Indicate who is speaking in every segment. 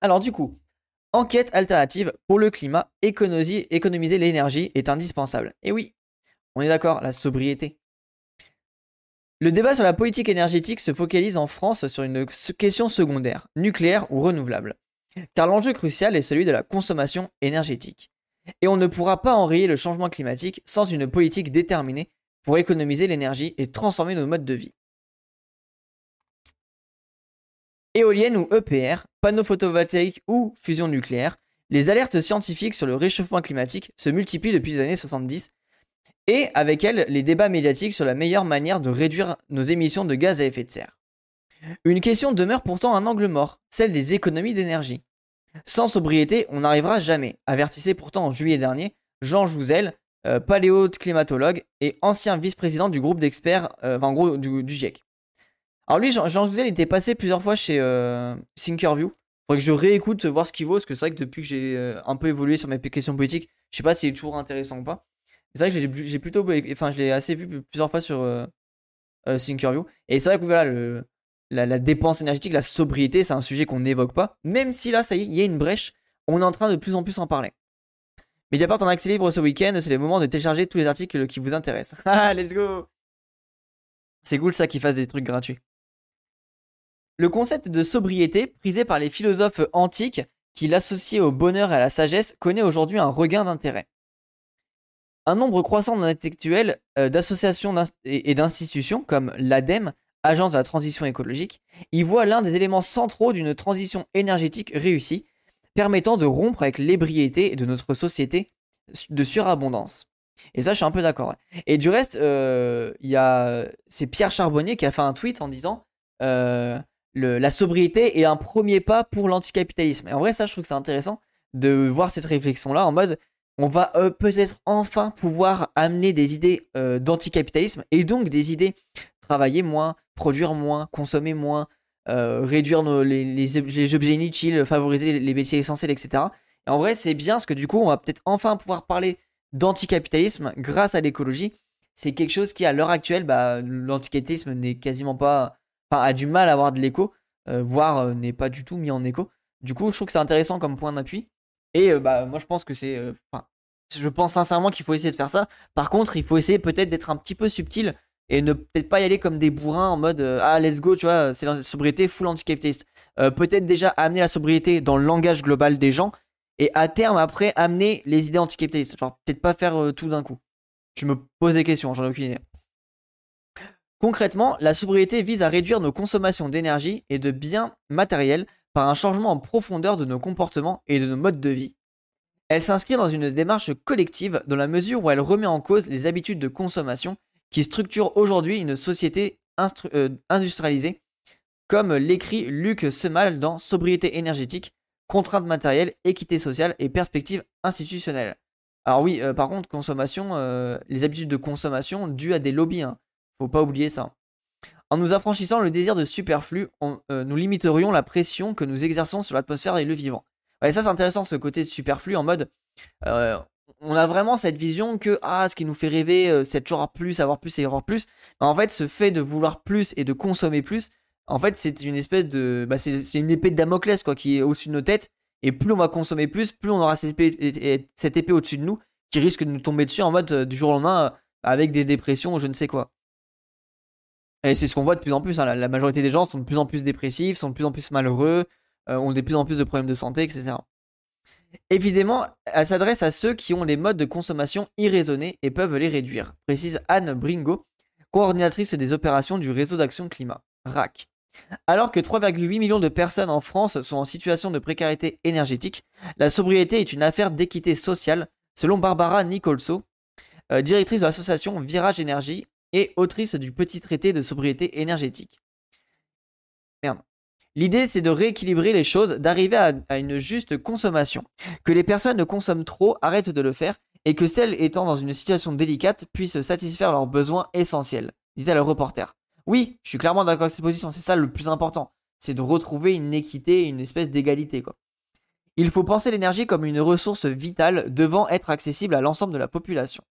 Speaker 1: Alors du coup, enquête alternative pour le climat, économiser l'énergie est indispensable. Et oui, on est d'accord, la sobriété. Le débat sur la politique énergétique se focalise en France sur une question secondaire, nucléaire ou renouvelable. Car l'enjeu crucial est celui de la consommation énergétique. Et on ne pourra pas enrayer le changement climatique sans une politique déterminée pour économiser l'énergie et transformer nos modes de vie. Éolienne ou EPR, panneaux photovoltaïques ou fusion nucléaire, les alertes scientifiques sur le réchauffement climatique se multiplient depuis les années 70 et avec elles les débats médiatiques sur la meilleure manière de réduire nos émissions de gaz à effet de serre. Une question demeure pourtant un angle mort, celle des économies d'énergie. Sans sobriété, on n'arrivera jamais, avertissait pourtant en juillet dernier Jean Jouzel, paléoclimatologue et ancien vice-président du groupe d'experts, en gros du GIEC. Alors lui, Jean Jouzel était passé plusieurs fois chez Thinkerview. Faudrait que je réécoute, voir ce qu'il vaut, parce que c'est vrai que depuis que j'ai un peu évolué sur mes questions politiques, je sais pas s'il est toujours intéressant ou pas. C'est vrai que j'ai plutôt, enfin je l'ai assez vu plusieurs fois sur Thinkerview. Et c'est vrai que voilà, la dépense énergétique, la sobriété, c'est un sujet qu'on n'évoque pas. Même si là, ça y est, il y a une brèche, on est en train de plus en plus en parler. Mediapart en accès libre ce week-end, c'est le moment de télécharger tous les articles qui vous intéressent. Ah, let's go! C'est cool ça qu'ils fassent des trucs gratuits. Le concept de sobriété, prisé par les philosophes antiques qui l'associaient au bonheur et à la sagesse, connaît aujourd'hui un regain d'intérêt. Un nombre croissant d'intellectuels, d'associations et d'institutions comme l'ADEME, Agence de la transition écologique, y voient l'un des éléments centraux d'une transition énergétique réussie, permettant de rompre avec l'ébriété de notre société de surabondance. Et ça, je suis un peu d'accord. Ouais. Et du reste, c'est Pierre Charbonnier qui a fait un tweet en disant la sobriété est un premier pas pour l'anticapitalisme. Et en vrai, ça, je trouve que c'est intéressant de voir cette réflexion-là en mode on va peut-être enfin pouvoir amener des idées d'anticapitalisme et donc des idées travailler moins, produire moins, consommer moins, réduire les objets inutiles, favoriser les métiers essentiels, etc. Et en vrai, c'est bien parce que du coup, on va peut-être enfin pouvoir parler d'anticapitalisme grâce à l'écologie. C'est quelque chose qui, à l'heure actuelle, l'anticapitalisme n'est quasiment pas. Enfin, a du mal à avoir de l'écho, voire n'est pas du tout mis en écho. Du coup, je trouve que c'est intéressant comme point d'appui. Et moi, je pense que c'est. Je pense sincèrement qu'il faut essayer de faire ça. Par contre, il faut essayer peut-être d'être un petit peu subtil et ne peut-être pas y aller comme des bourrins en mode ah, let's go, tu vois, c'est la sobriété full anticapitaliste. Peut-être déjà amener la sobriété dans le langage global des gens et à terme, après, amener les idées anticapitalistes. Genre, peut-être pas faire tout d'un coup. Je me pose des questions, j'en ai aucune idée. Concrètement, la sobriété vise à réduire nos consommations d'énergie et de biens matériels par un changement en profondeur de nos comportements et de nos modes de vie. Elle s'inscrit dans une démarche collective dans la mesure où elle remet en cause les habitudes de consommation qui structurent aujourd'hui une société industrialisée, comme l'écrit Luc Semal dans Sobriété énergétique, contraintes matérielles, équité sociale et perspectives institutionnelles. Alors oui, par contre, consommation, les habitudes de consommation dues à des lobbies, hein. Faut pas oublier ça. En nous affranchissant le désir de superflu, nous limiterions la pression que nous exerçons sur l'atmosphère et le vivant. Ouais, ça c'est intéressant ce côté de superflu en mode euh, on a vraiment cette vision que ce qui nous fait rêver c'est toujours avoir plus et avoir plus. Mais en fait, ce fait de vouloir plus et de consommer plus, en fait, c'est une espèce de c'est une épée de Damoclès quoi qui est au-dessus de nos têtes et plus on va consommer plus, plus on aura cette épée au-dessus de nous qui risque de nous tomber dessus en mode du jour au lendemain avec des dépressions ou je ne sais quoi. Et c'est ce qu'on voit de plus en plus, hein. La majorité des gens sont de plus en plus dépressifs, sont de plus en plus malheureux, ont de plus en plus de problèmes de santé, etc. Évidemment, elle s'adresse à ceux qui ont les modes de consommation irraisonnés et peuvent les réduire, précise Anne Bringo, coordinatrice des opérations du Réseau d'Action Climat, RAC. Alors que 3,8 millions de personnes en France sont en situation de précarité énergétique, la sobriété est une affaire d'équité sociale, selon Barbara Nicolso, directrice de l'association Virage Énergie et autrice du petit traité de sobriété énergétique. Merde. L'idée, c'est de rééquilibrer les choses, d'arriver à une juste consommation. Que les personnes ne consomment trop, arrêtent de le faire, et que celles étant dans une situation délicate puissent satisfaire leurs besoins essentiels, dit-elle au reporter. Oui, je suis clairement d'accord avec cette position, c'est ça le plus important. C'est de retrouver une équité, une espèce d'égalité, quoi. Il faut penser l'énergie comme une ressource vitale devant être accessible à l'ensemble de la population.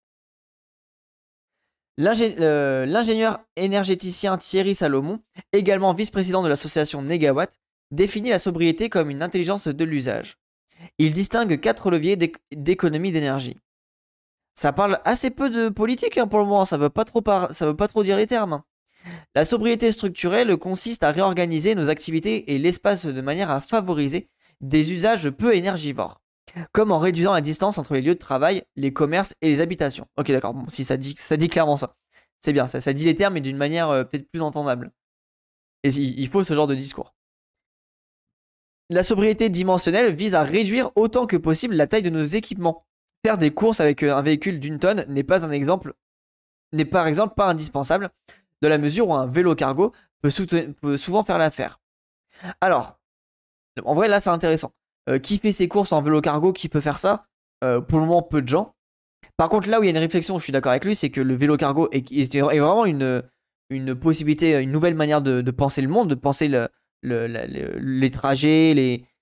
Speaker 1: L'ingénieur énergéticien Thierry Salomon, également vice-président de l'association Negawatt, définit la sobriété comme une intelligence de l'usage. Il distingue 4 leviers d'économie d'énergie. Ça parle assez peu de politique pour le moment, ça veut pas trop dire les termes. La sobriété structurelle consiste à réorganiser nos activités et l'espace de manière à favoriser des usages peu énergivores, comme en réduisant la distance entre les lieux de travail, les commerces et les habitations. Ok, d'accord, bon, si ça dit clairement ça. C'est bien, ça dit les termes, mais d'une manière peut-être plus entendable. Et il faut ce genre de discours. La sobriété dimensionnelle vise à réduire autant que possible la taille de nos équipements. Faire des courses avec un véhicule d'une tonne n'est par exemple pas indispensable, de la mesure où un vélo cargo peut souvent faire l'affaire. Alors, en vrai là c'est intéressant. Qui fait ses courses en vélo cargo, qui peut faire ça? Pour le moment peu de gens. Par contre là où il y a une réflexion, je suis d'accord avec lui, c'est que le vélo cargo est vraiment une possibilité, une nouvelle manière de penser le monde, de penser les trajets,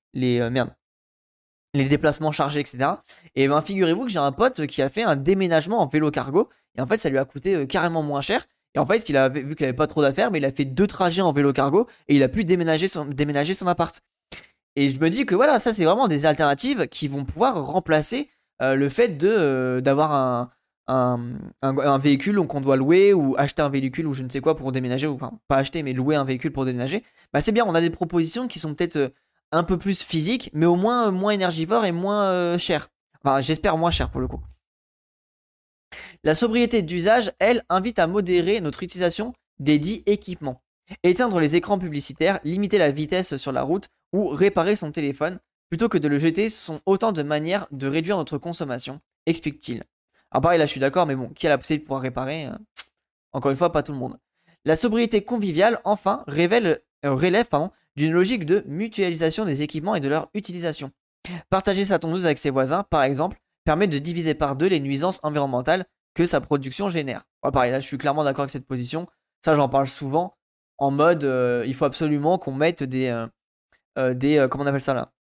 Speaker 1: les déplacements chargés, etc. Et ben figurez-vous que j'ai un pote qui a fait un déménagement en vélo cargo, et en fait ça lui a coûté carrément moins cher. Et en fait, vu qu'il avait pas trop d'affaires, mais il a fait 2 trajets en vélo cargo et il a pu déménager son appart. Et je me dis que voilà, ça c'est vraiment des alternatives qui vont pouvoir remplacer le fait d'avoir un véhicule qu'on doit louer ou acheter un véhicule ou je ne sais quoi pour déménager, ou enfin pas acheter mais louer un véhicule pour déménager. Bah c'est bien, on a des propositions qui sont peut-être un peu plus physiques, mais au moins moins énergivores et moins chères. Enfin, j'espère moins cher pour le coup. La sobriété d'usage, elle, invite à modérer notre utilisation des dits équipements. Éteindre les écrans publicitaires, limiter la vitesse sur la route ou réparer son téléphone, plutôt que de le jeter, sont autant de manières de réduire notre consommation, explique-t-il. Alors pareil, là je suis d'accord, mais bon, qui a la possibilité de pouvoir réparer Encore une fois, pas tout le monde. La sobriété conviviale, enfin, relève d'une logique de mutualisation des équipements et de leur utilisation. Partager sa tondeuse avec ses voisins, par exemple, permet de diviser par 2 les nuisances environnementales que sa production génère. Ouais, pareil, là je suis clairement d'accord avec cette position. Ça, j'en parle souvent en mode il faut absolument qu'on mette comment on appelle ça là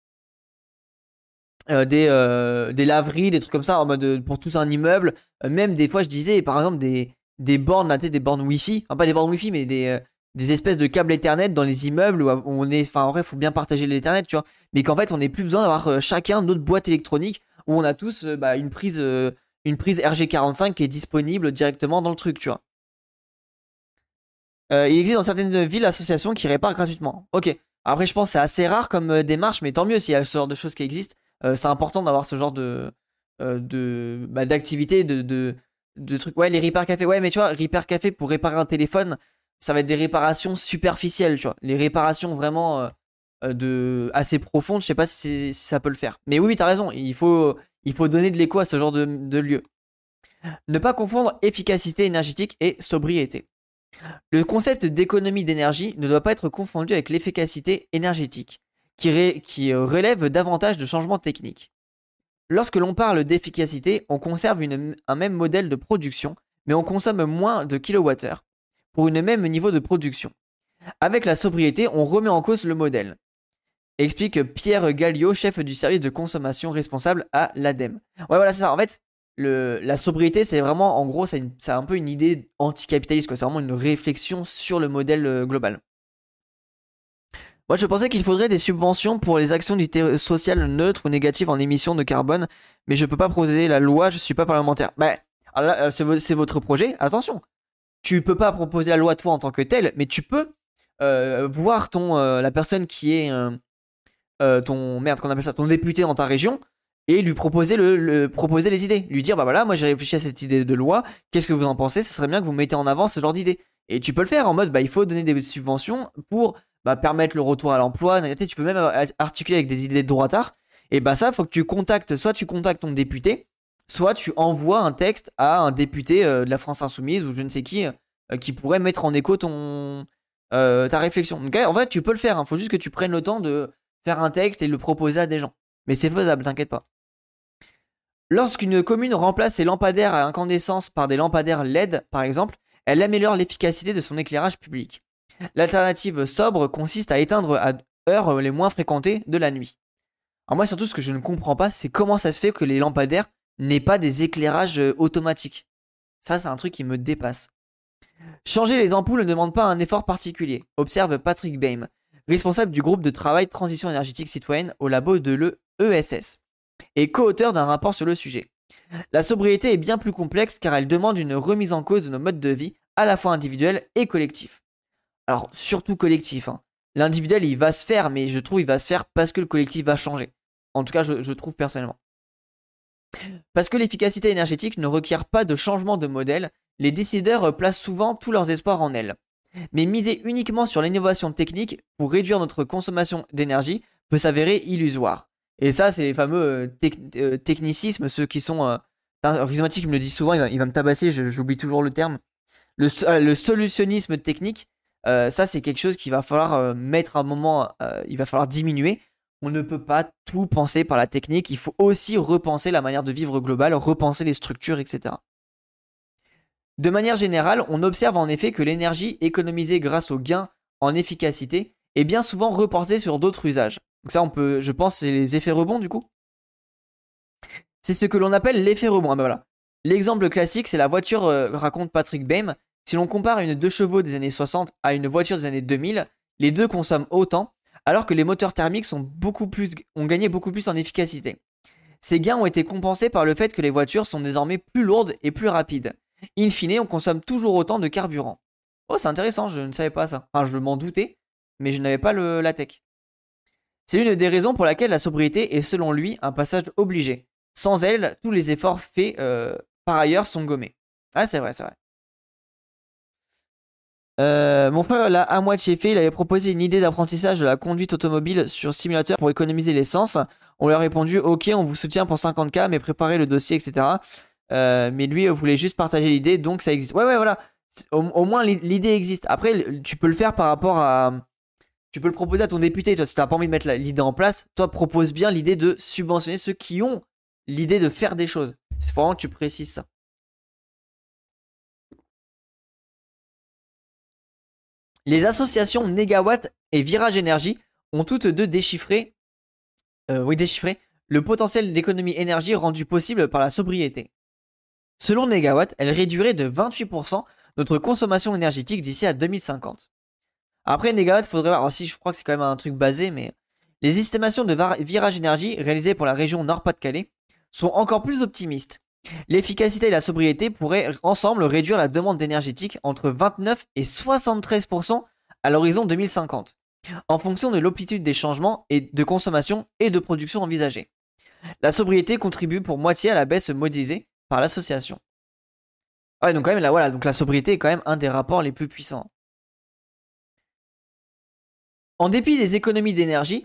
Speaker 1: des laveries, des trucs comme ça en mode pour tout un immeuble. Même des fois, je disais par exemple des bornes, là, des bornes Wi-Fi, enfin pas des bornes Wi-Fi, mais des espèces de câbles Ethernet dans les immeubles où on est, enfin en vrai, faut bien partager l'Ethernet, tu vois, mais qu'en fait, on n'ait plus besoin d'avoir chacun notre boîte électronique où on a tous une prise RG45 qui est disponible directement dans le truc, tu vois. Il existe dans certaines villes associations qui réparent gratuitement. Ok. Après, je pense que c'est assez rare comme démarche, mais tant mieux s'il y a ce genre de choses qui existent. C'est important d'avoir ce genre d'activité, de trucs. Ouais, les repair café. Ouais, mais tu vois, repair café pour réparer un téléphone, ça va être des réparations superficielles, tu vois. Les réparations vraiment assez profondes, je sais pas si ça peut le faire. Mais oui, t'as raison. Il faut donner de l'écho à ce genre de lieu. Ne pas confondre efficacité énergétique et sobriété. Le concept d'économie d'énergie ne doit pas être confondu avec l'efficacité énergétique, qui relève davantage de changements techniques. Lorsque l'on parle d'efficacité, on conserve un même modèle de production, mais on consomme moins de kWh pour un même niveau de production. Avec la sobriété, on remet en cause le modèle, explique Pierre Galliot, chef du service de consommation responsable à l'ADEME. Ouais, voilà, c'est ça. En fait, la sobriété, c'est vraiment, en gros, c'est un peu une idée anticapitaliste, quoi. C'est vraiment une réflexion sur le modèle global. Moi, je pensais qu'il faudrait des subventions pour les actions d'utilité sociale neutres ou négatives en émissions de carbone, mais je peux pas proposer la loi, je suis pas parlementaire. Bah, là, c'est votre projet, attention. Tu peux pas proposer la loi toi en tant que tel, mais tu peux voir la personne qui est qu'on appelle ça, ton député dans ta région, et lui proposer proposer les idées, lui dire bah voilà, moi j'ai réfléchi à cette idée de loi, qu'est-ce que vous en pensez, ce serait bien que vous mettez en avant ce genre d'idée. Et tu peux le faire en mode bah il faut donner des subventions pour permettre le retour à l'emploi. Tu peux même articuler avec des idées de droitard, et bah ça faut que soit tu contactes ton député, soit tu envoies un texte à un député de la France Insoumise ou je ne sais qui pourrait mettre en écho ta réflexion. Donc en fait tu peux le faire, faut juste que tu prennes le temps de faire un texte et le proposer à des gens. Mais c'est faisable, t'inquiète pas. Lorsqu'une commune remplace ses lampadaires à incandescence par des lampadaires LED, par exemple, elle améliore l'efficacité de son éclairage public. L'alternative sobre consiste à éteindre à heures les moins fréquentées de la nuit. Alors moi surtout ce que je ne comprends pas, c'est comment ça se fait que les lampadaires n'aient pas des éclairages automatiques. Ça c'est un truc qui me dépasse. Changer les ampoules ne demande pas un effort particulier, observe Patrick Baim. responsable du groupe de travail Transition énergétique citoyenne au labo de l'ESS, et co-auteur d'un rapport sur le sujet. La sobriété est bien plus complexe car elle demande une remise en cause de nos modes de vie, à la fois individuels et collectifs. Alors, surtout collectif, hein. L'individuel, il va se faire, mais je trouve qu'il va se faire parce que le collectif va changer. En tout cas, je trouve personnellement. Parce que l'efficacité énergétique ne requiert pas de changement de modèle, les décideurs placent souvent tous leurs espoirs en elle. Mais miser uniquement sur l'innovation technique pour réduire notre consommation d'énergie peut s'avérer illusoire. Et ça, c'est les fameux technicismes, ceux qui sont... Rhizmatic me le dit souvent, il va me tabasser, j'oublie toujours le terme. Le solutionnisme technique, ça c'est quelque chose qu'il va falloir mettre un moment, il va falloir diminuer. On ne peut pas tout penser par la technique, il faut aussi repenser la manière de vivre globale, repenser les structures, etc. De manière générale, on observe en effet que l'énergie économisée grâce aux gains en efficacité est bien souvent reportée sur d'autres usages. Donc ça, je pense, c'est les effets rebonds du coup. C'est ce que l'on appelle l'effet rebond. Ah ben voilà. L'exemple classique, c'est la voiture, raconte Patrick Baim. Si l'on compare une 2 chevaux des années 60 à une voiture des années 2000, les deux consomment autant, alors que les moteurs thermiques ont gagné beaucoup plus en efficacité. Ces gains ont été compensés par le fait que les voitures sont désormais plus lourdes et plus rapides. In fine, on consomme toujours autant de carburant. Oh, c'est intéressant, je ne savais pas ça. Enfin, je m'en doutais, mais je n'avais pas la tech. C'est l'une des raisons pour laquelle la sobriété est selon lui un passage obligé. Sans elle, tous les efforts faits par ailleurs sont gommés. Ah, c'est vrai, c'est vrai. Mon frère l'a à moitié fait, il avait proposé une idée d'apprentissage de la conduite automobile sur simulateur pour économiser l'essence. On lui a répondu ok, on vous soutient pour 50K, mais préparez le dossier, etc. Mais lui voulait juste partager l'idée, donc ça existe. Ouais, voilà. Au moins l'idée existe. Après, tu peux le faire par rapport à... Tu peux le proposer à ton député. Toi, si tu n'as pas envie de mettre l'idée en place, toi propose bien l'idée de subventionner ceux qui ont l'idée de faire des choses. C'est vraiment que tu précises ça. Les associations Négawatt et Virage Énergie ont toutes deux déchiffré le potentiel d'économie énergie rendu possible par la sobriété. Selon Négawatt, elle réduirait de 28% notre consommation énergétique d'ici à 2050. Après Négawatt, faudrait voir, alors si je crois que c'est quand même un truc basé, mais les estimations de Virage Énergie réalisées pour la région Nord-Pas-de-Calais sont encore plus optimistes. L'efficacité et la sobriété pourraient ensemble réduire la demande énergétique entre 29 et 73% à l'horizon 2050, en fonction de l'amplitude des changements et de consommation et de production envisagés. La sobriété contribue pour moitié à la baisse modélisée par l'association. Ouais, donc quand même, voilà, donc la sobriété est quand même un des rapports les plus puissants. En dépit des économies d'énergie,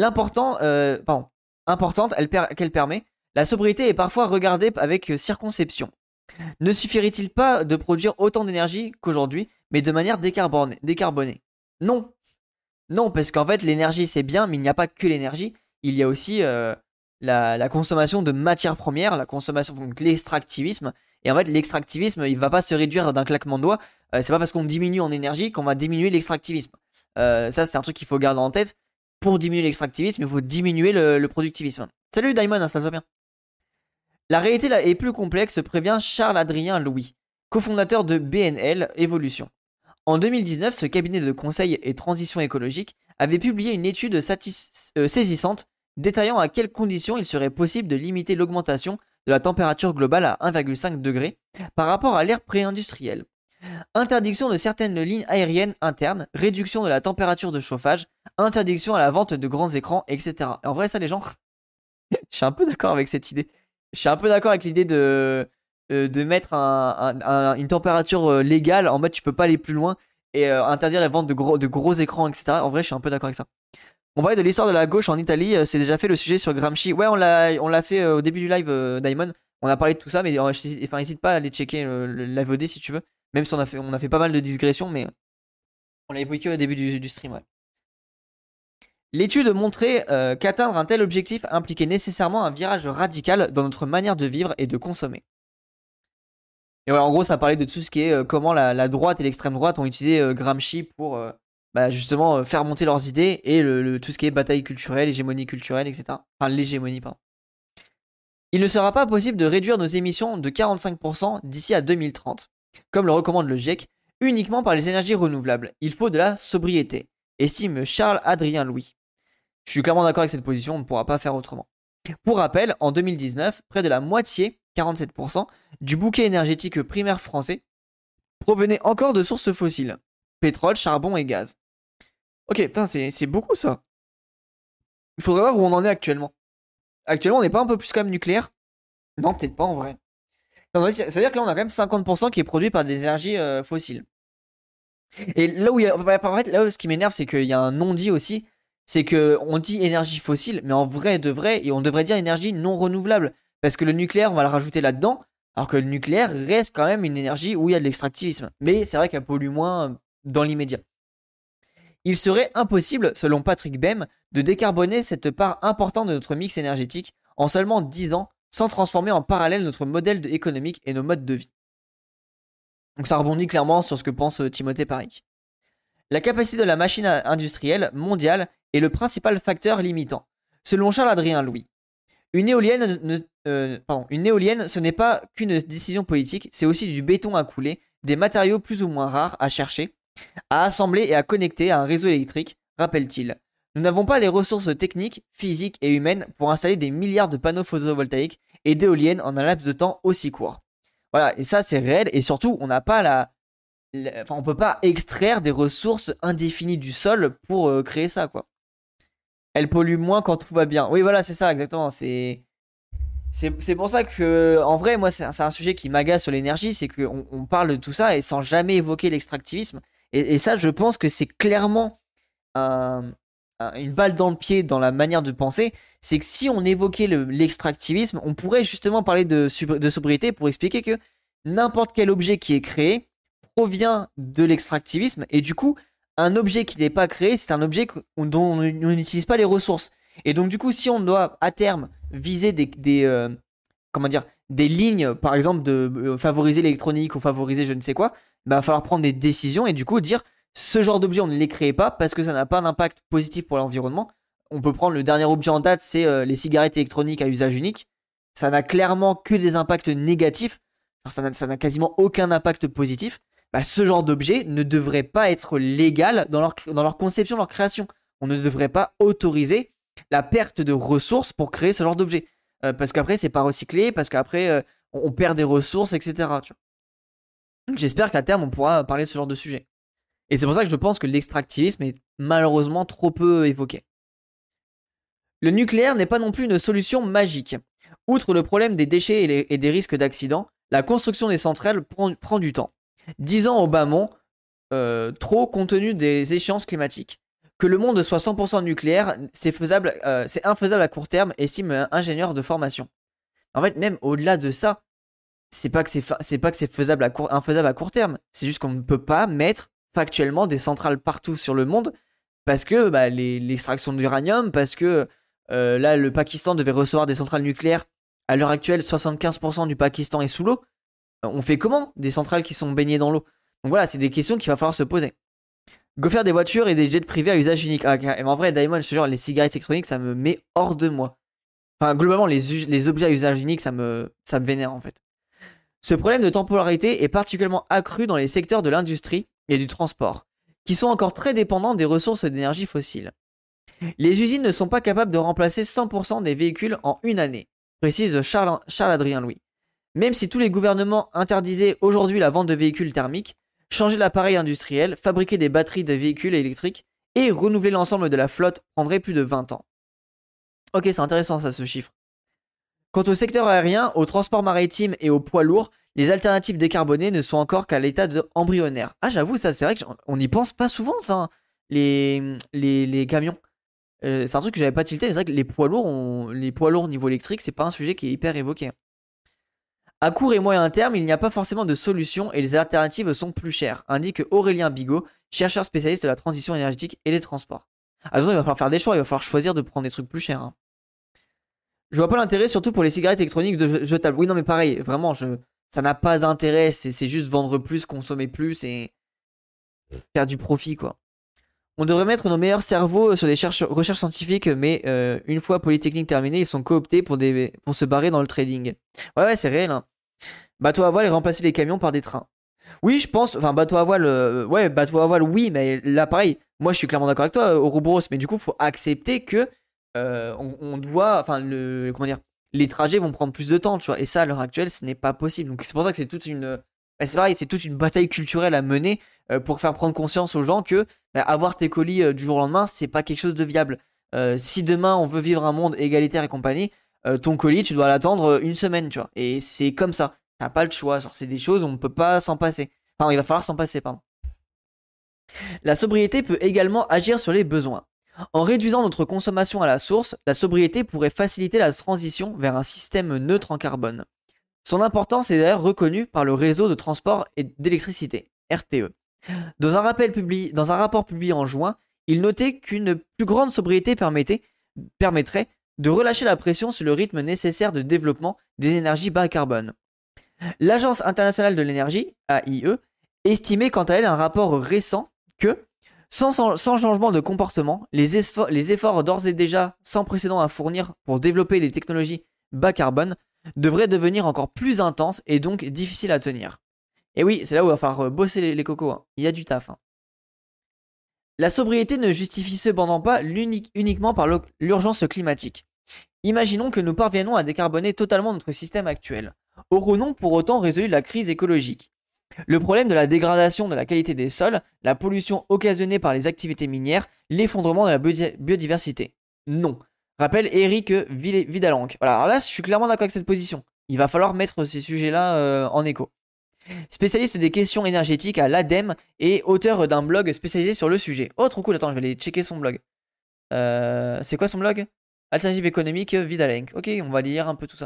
Speaker 1: importante qu'elle permet, la sobriété est parfois regardée avec circonception. Ne suffirait-il pas de produire autant d'énergie qu'aujourd'hui, mais de manière décarbonée? Non. Non, parce qu'en fait, l'énergie c'est bien, mais il n'y a pas que l'énergie. Il y a aussi la consommation de matières premières, la consommation, donc l'extractivisme. Et en fait, l'extractivisme, il ne va pas se réduire d'un claquement de doigts. C'est pas parce qu'on diminue en énergie qu'on va diminuer l'extractivisme. Ça, c'est un truc qu'il faut garder en tête. Pour diminuer l'extractivisme, il faut diminuer le productivisme. Salut Diamond, installe-toi bien. La réalité là est plus complexe, prévient Charles-Adrien Louis, cofondateur de BNL Evolution. En 2019, ce cabinet de conseil et transition écologique avait publié une étude saisissante détaillant à quelles conditions il serait possible de limiter l'augmentation de la température globale à 1,5 degré par rapport à l'ère pré-industrielle. Interdiction de certaines lignes aériennes internes, réduction de la température de chauffage, interdiction à la vente de grands écrans, etc. Et en vrai, ça, les gens, je suis un peu d'accord avec cette idée. Je suis un peu d'accord avec l'idée de mettre une température légale, en mode tu peux pas aller plus loin, et interdire la vente de gros écrans, etc. En vrai, je suis un peu d'accord avec ça. On parlait de l'histoire de la gauche en Italie, c'est déjà fait le sujet sur Gramsci. Ouais, on l'a fait au début du live, Daimon. On a parlé de tout ça, mais enfin, n'hésite pas à aller checker le live OD si tu veux. Même si on a fait pas mal de digressions, mais on l'a évoqué au début du stream, ouais. L'étude montrait qu'atteindre un tel objectif impliquait nécessairement un virage radical dans notre manière de vivre et de consommer. Et voilà, en gros, ça parlait de tout ce qui est comment la droite et l'extrême droite ont utilisé Gramsci pour justement faire monter leurs idées et tout ce qui est bataille culturelle, hégémonie culturelle, etc. Enfin, l'hégémonie, pardon. Il ne sera pas possible de réduire nos émissions de 45% d'ici à 2030, comme le recommande le GIEC, uniquement par les énergies renouvelables. Il faut de la sobriété. estime Charles-Adrien Louis. Je suis clairement d'accord avec cette position, on ne pourra pas faire autrement. Pour rappel, en 2019, près de la moitié, 47%, du bouquet énergétique primaire français provenait encore de sources fossiles. Pétrole, charbon et gaz. Ok, putain, c'est beaucoup ça. Il faudrait voir où on en est actuellement. Actuellement, on n'est pas un peu plus quand même nucléaire? Non, peut-être pas en vrai. C'est-à-dire que là, on a quand même 50% qui est produit par des énergies fossiles. Et là où il y a, en fait, là où ce qui m'énerve, c'est qu'il y a un non-dit aussi. C'est que on dit énergie fossile, mais en vrai de vrai, et on devrait dire énergie non renouvelable. Parce que le nucléaire, on va le rajouter là-dedans. Alors que le nucléaire reste quand même une énergie où il y a de l'extractivisme. Mais c'est vrai qu'elle pollue moins dans l'immédiat. Il serait impossible, selon Patrick Bem, de décarboner cette part importante de notre mix énergétique en seulement 10 ans, sans transformer en parallèle notre modèle économique et nos modes de vie. Donc ça rebondit clairement sur ce que pense Timothée Parikh. La capacité de la machine industrielle mondiale est le principal facteur limitant. Selon Charles-Adrien Louis, une éolienne, ce n'est pas qu'une décision politique, c'est aussi du béton à couler, des matériaux plus ou moins rares à chercher, à assembler et à connecter à un réseau électrique, rappelle-t-il. Nous n'avons pas les ressources techniques, physiques et humaines pour installer des milliards de panneaux photovoltaïques et d'éoliennes en un laps de temps aussi court. Voilà, et ça c'est réel, et surtout on n'a pas on peut pas extraire des ressources indéfinies du sol pour créer ça, quoi. Elle pollue moins quand tout va bien. Oui, voilà, c'est ça, exactement. C'est pour ça que, en vrai, moi, c'est un sujet qui m'agace sur l'énergie, c'est qu'on parle de tout ça et sans jamais évoquer l'extractivisme. Et ça, je pense que c'est clairement une balle dans le pied dans la manière de penser. C'est que si on évoquait l'extractivisme, on pourrait justement parler de sobriété pour expliquer que n'importe quel objet qui est créé provient de l'extractivisme. Et du coup, un objet qui n'est pas créé, c'est un objet dont on n'utilise pas les ressources. Et donc, du coup, si on doit à terme viser comment dire, des lignes, par exemple, de favoriser l'électronique ou favoriser je ne sais quoi, bah, il va falloir prendre des décisions et du coup dire ce genre d'objet, on ne les crée pas parce que ça n'a pas d'impact positif pour l'environnement. On peut prendre le dernier objet en date, c'est les cigarettes électroniques à usage unique. Ça n'a clairement que des impacts négatifs. Enfin, ça n'a quasiment aucun impact positif. Bah, ce genre d'objet ne devrait pas être légal dans leur conception, leur création. On ne devrait pas autoriser la perte de ressources pour créer ce genre d'objet. Parce qu'après, c'est pas recyclé, parce qu'après, on perd des ressources, etc. J'espère qu'à terme, on pourra parler de ce genre de sujet. Et c'est pour ça que je pense que l'extractivisme est malheureusement trop peu évoqué. Le nucléaire n'est pas non plus une solution magique. Outre le problème des déchets et des risques d'accident, la construction des centrales prend du temps. 10 ans au bas mont, trop compte tenu des échéances climatiques. Que le monde soit 100% nucléaire, c'est inffaisable à court terme, estime un ingénieur de formation. En fait, même au-delà de ça, c'est pas que c'est inffaisable à court terme. C'est juste qu'on ne peut pas mettre factuellement des centrales partout sur le monde parce que bah, l'extraction d'uranium, parce que là, le Pakistan devait recevoir des centrales nucléaires. À l'heure actuelle, 75% du Pakistan est sous l'eau. On fait comment des centrales qui sont baignées dans l'eau? Donc voilà, c'est des questions qu'il va falloir se poser. Go faire des voitures et des jets privés à usage unique. Ah, et en vrai, Diamond, je te jure, les cigarettes électroniques, ça me met hors de moi. Enfin, globalement, les objets à usage unique, ça me vénère en fait. Ce problème de temporalité est particulièrement accru dans les secteurs de l'industrie et du transport, qui sont encore très dépendants des ressources d'énergie fossiles. Les usines ne sont pas capables de remplacer 100% des véhicules en une année, précise Charles-Adrien Louis. Même si tous les gouvernements interdisaient aujourd'hui la vente de véhicules thermiques, changer l'appareil industriel, fabriquer des batteries de véhicules électriques et renouveler l'ensemble de la flotte prendrait plus de 20 ans. Ok, c'est intéressant ça, ce chiffre. Quant au secteur aérien, au transport maritime et aux poids lourds, les alternatives décarbonées ne sont encore qu'à l'état embryonnaire. Ah, j'avoue, ça, c'est vrai qu'on n'y pense pas souvent, ça, hein, les camions. C'est un truc que j'avais pas tilté, mais c'est vrai que les poids lourds niveau électrique, c'est pas un sujet qui est hyper évoqué. À court et moyen terme, il n'y a pas forcément de solution et les alternatives sont plus chères, indique Aurélien Bigot, chercheur spécialiste de la transition énergétique et des transports. Attention, il va falloir faire des choix, il va falloir choisir de prendre des trucs plus chers. Hein. Je vois pas l'intérêt, surtout pour les cigarettes électroniques jetables. Oui, non, mais pareil, vraiment, ça n'a pas d'intérêt, c'est juste vendre plus, consommer plus et faire du profit, quoi. On devrait mettre nos meilleurs cerveaux sur des recherches scientifiques, mais une fois Polytechnique terminée, ils sont cooptés pour se barrer dans le trading. Ouais, c'est réel, hein. Bateaux à voile et remplacer les camions par des trains. Oui, je pense, enfin, bateau à voile, ouais, bateau à voile, oui, mais là, pareil, moi, je suis clairement d'accord avec toi, Ouroboros, mais du coup, faut accepter que on doit, enfin, comment dire, les trajets vont prendre plus de temps, tu vois, et ça, à l'heure actuelle, ce n'est pas possible. Donc, c'est pour ça que c'est toute une, bah, c'est pareil, c'est toute une bataille culturelle à mener pour faire prendre conscience aux gens que bah, avoir tes colis du jour au lendemain, c'est pas quelque chose de viable. Si demain, on veut vivre un monde égalitaire et compagnie, ton colis, tu dois l'attendre une semaine, tu vois, et c'est comme ça. T'as pas le choix, genre c'est des choses où on ne peut pas s'en passer. Enfin, il va falloir s'en passer, pardon. La sobriété peut également agir sur les besoins. En réduisant notre consommation à la source, la sobriété pourrait faciliter la transition vers un système neutre en carbone. Son importance est d'ailleurs reconnue par le réseau de transport et d'électricité, RTE. Dans un rapport publié en juin, il notait qu'une plus grande sobriété permettrait de relâcher la pression sur le rythme nécessaire de développement des énergies bas carbone. L'Agence internationale de l'énergie, AIE, estimait quant à elle un rapport récent que, sans changement de comportement, les efforts d'ores et déjà sans précédent à fournir pour développer les technologies bas carbone devraient devenir encore plus intenses et donc difficiles à tenir. Et oui, c'est là où il va falloir bosser les cocos, hein. Il y a du taf. Hein. La sobriété ne justifie cependant pas uniquement par l'urgence climatique. Imaginons que nous parviennons à décarboner totalement notre système actuel. Aurons-nous pour autant résolu la crise écologique? Le problème de la dégradation de la qualité des sols, la pollution occasionnée par les activités minières, l'effondrement de la biodiversité. Non. Rappelle Eric Vidalanque. Voilà, alors là, je suis clairement d'accord avec cette position. Il va falloir mettre ces sujets-là en écho. Spécialiste des questions énergétiques à l'ADEME et auteur d'un blog spécialisé sur le sujet. Oh, trop cool, attends, je vais aller checker son blog. C'est quoi son blog? Alternative économique Vidalenk. Ok, on va lire un peu tout ça.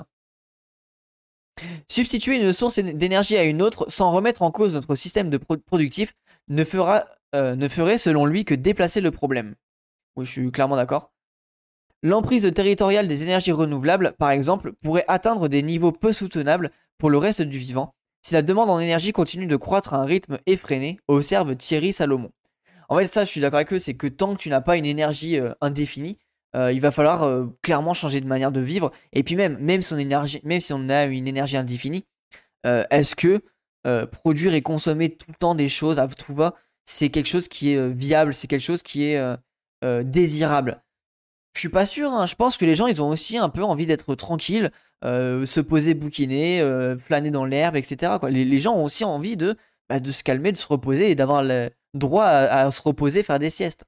Speaker 1: Substituer une source d'énergie à une autre sans remettre en cause notre système de productif ne ferait selon lui que déplacer le problème. Oui, je suis clairement d'accord. L'emprise territoriale des énergies renouvelables, par exemple, pourrait atteindre des niveaux peu soutenables pour le reste du vivant si la demande en énergie continue de croître à un rythme effréné, observe Thierry Salomon. En fait, ça, je suis d'accord avec eux, c'est que tant que tu n'as pas une énergie indéfinie, il va falloir clairement changer de manière de vivre. Et puis même si on a une énergie indéfinie, est-ce que produire et consommer tout le temps des choses à tout va, c'est quelque chose qui est viable, c'est quelque chose qui est désirable? Je suis pas sûr, hein. Je pense que les gens, ils ont aussi un peu envie d'être tranquilles, se poser, bouquiner, flâner dans l'herbe, etc. Quoi. Les gens ont aussi envie de se calmer, de se reposer et d'avoir le droit à se reposer, faire des siestes.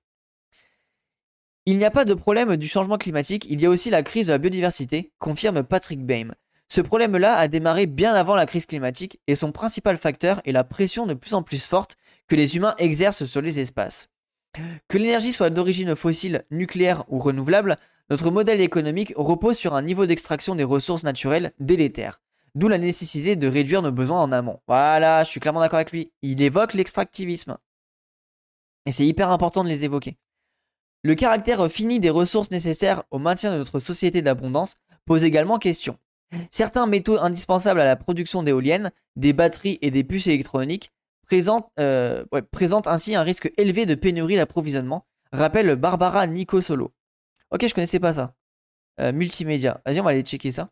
Speaker 1: Il n'y a pas de problème du changement climatique, il y a aussi la crise de la biodiversité, confirme Patrick Baim. Ce problème-là a démarré bien avant la crise climatique et son principal facteur est la pression de plus en plus forte que les humains exercent sur les espaces. Que l'énergie soit d'origine fossile, nucléaire ou renouvelable, notre modèle économique repose sur un niveau d'extraction des ressources naturelles délétère. D'où la nécessité de réduire nos besoins en amont. Voilà, je suis clairement d'accord avec lui. Il évoque l'extractivisme. Et c'est hyper important de les évoquer. Le caractère fini des ressources nécessaires au maintien de notre société d'abondance pose également question. Certains métaux indispensables à la production d'éoliennes, des batteries et des puces électroniques présentent ainsi un risque élevé de pénurie d'approvisionnement, rappelle Barbara Nicosolo. Ok, je connaissais pas ça. Multimédia. Vas-y, on va aller checker ça.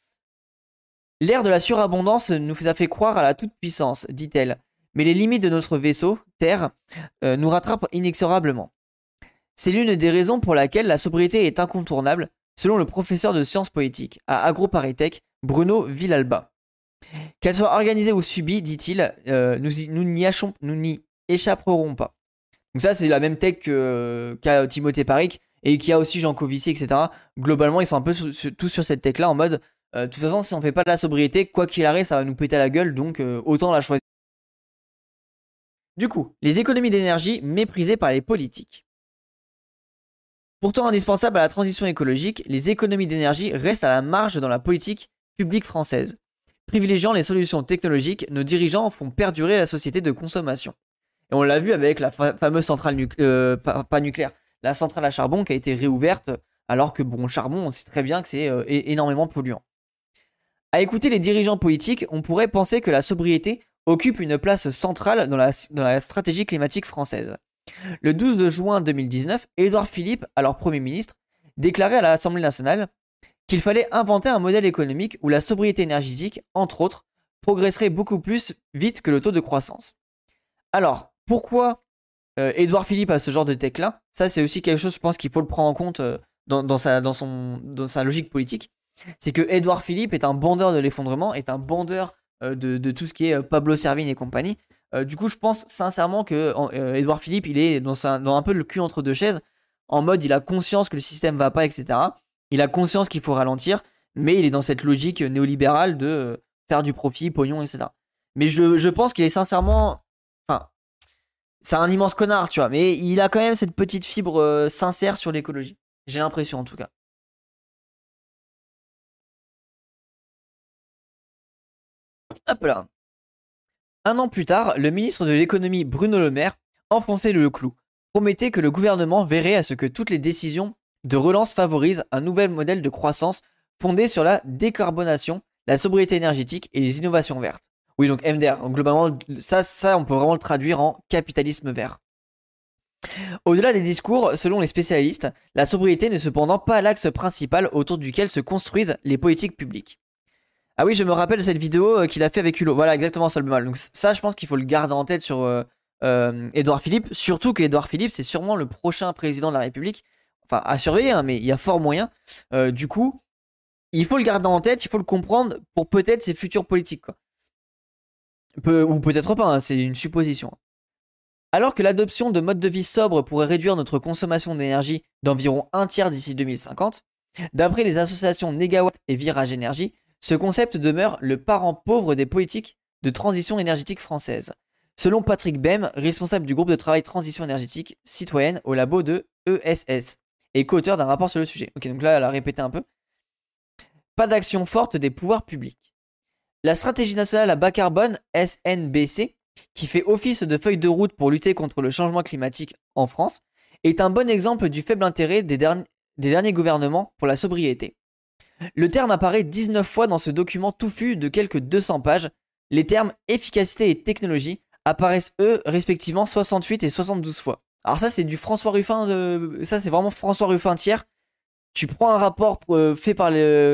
Speaker 1: L'ère de la surabondance nous a fait croire à la toute-puissance, dit-elle, mais les limites de notre vaisseau, Terre, nous rattrapent inexorablement. C'est l'une des raisons pour laquelle la sobriété est incontournable, selon le professeur de sciences politiques à AgroParisTech, Bruno Villalba. Qu'elle soit organisée ou subie, dit-il, nous n'y échapperons pas. Donc ça, c'est la même tech qu'a Timothée Paric et qu'il y a aussi Jean Covici, etc. Globalement, ils sont un peu tous sur cette tech-là en mode, de toute façon, si on fait pas de la sobriété, quoi qu'il arrive, ça va nous péter la gueule, donc autant la choisir. Du coup, les économies d'énergie méprisées par les politiques. Pourtant indispensables à la transition écologique, les économies d'énergie restent à la marge dans la politique publique française. Privilégiant les solutions technologiques, nos dirigeants font perdurer la société de consommation. Et on l'a vu avec la fameuse centrale pas nucléaire, la centrale à charbon qui a été réouverte, alors que bon, le charbon, on sait très bien que c'est énormément polluant. À écouter les dirigeants politiques, on pourrait penser que la sobriété occupe une place centrale dans la stratégie climatique française. Le 12 juin 2019, Édouard Philippe, alors Premier ministre, déclarait à l'Assemblée nationale qu'il fallait inventer un modèle économique où la sobriété énergétique, entre autres, progresserait beaucoup plus vite que le taux de croissance. Alors, pourquoi Édouard Philippe a ce genre de tech-là? Ça, c'est aussi quelque chose, je pense, qu'il faut le prendre en compte dans sa logique politique. C'est que Édouard Philippe est un bandeur de l'effondrement, est un bandeur de tout ce qui est Pablo Servigne et compagnie. Du coup, je pense sincèrement que Édouard Philippe, il est dans un peu le cul entre deux chaises, en mode il a conscience que le système va pas, etc. Il a conscience qu'il faut ralentir, mais il est dans cette logique néolibérale de faire du profit, pognon, etc. Mais je pense qu'il est sincèrement... Enfin, c'est un immense connard, tu vois, mais il a quand même cette petite fibre sincère sur l'écologie. J'ai l'impression, en tout cas. Hop là. Un an plus tard, le ministre de l'économie Bruno Le Maire enfonçait le clou, promettait que le gouvernement verrait à ce que toutes les décisions de relance favorisent un nouvel modèle de croissance fondé sur la décarbonation, la sobriété énergétique et les innovations vertes. Oui, donc MDR, donc globalement, ça, on peut vraiment le traduire en capitalisme vert. Au-delà des discours, selon les spécialistes, la sobriété n'est cependant pas l'axe principal autour duquel se construisent les politiques publiques. Ah oui, je me rappelle de cette vidéo qu'il a fait avec Hulot. Voilà, exactement, Solbemal. Donc ça, je pense qu'il faut le garder en tête sur Édouard Philippe. Surtout qu'Édouard Philippe, c'est sûrement le prochain président de la République. Enfin, à surveiller, hein, mais il y a fort moyen. Du coup, il faut le garder en tête, il faut le comprendre pour peut-être ses futures politiques, quoi. Ou peut-être pas, hein, c'est une supposition. Alors que l'adoption de modes de vie sobres pourrait réduire notre consommation d'énergie d'environ un tiers d'ici 2050, d'après les associations Negawatt et Virage Énergie, ce concept demeure le parent pauvre des politiques de transition énergétique française. Selon Patrick Bem, responsable du groupe de travail transition énergétique citoyenne au labo de ESS, et co-auteur d'un rapport sur le sujet. Ok, donc là, elle a répété un peu. Pas d'action forte des pouvoirs publics. La stratégie nationale à bas carbone, SNBC, qui fait office de feuille de route pour lutter contre le changement climatique en France, est un bon exemple du faible intérêt des derniers gouvernements pour la sobriété. Le terme apparaît 19 fois dans ce document touffu de quelques 200 pages. Les termes efficacité et technologie apparaissent eux respectivement 68 et 72 fois. Alors ça c'est du François Ruffin, ça c'est vraiment François Ruffin tiers. Tu prends un rapport fait par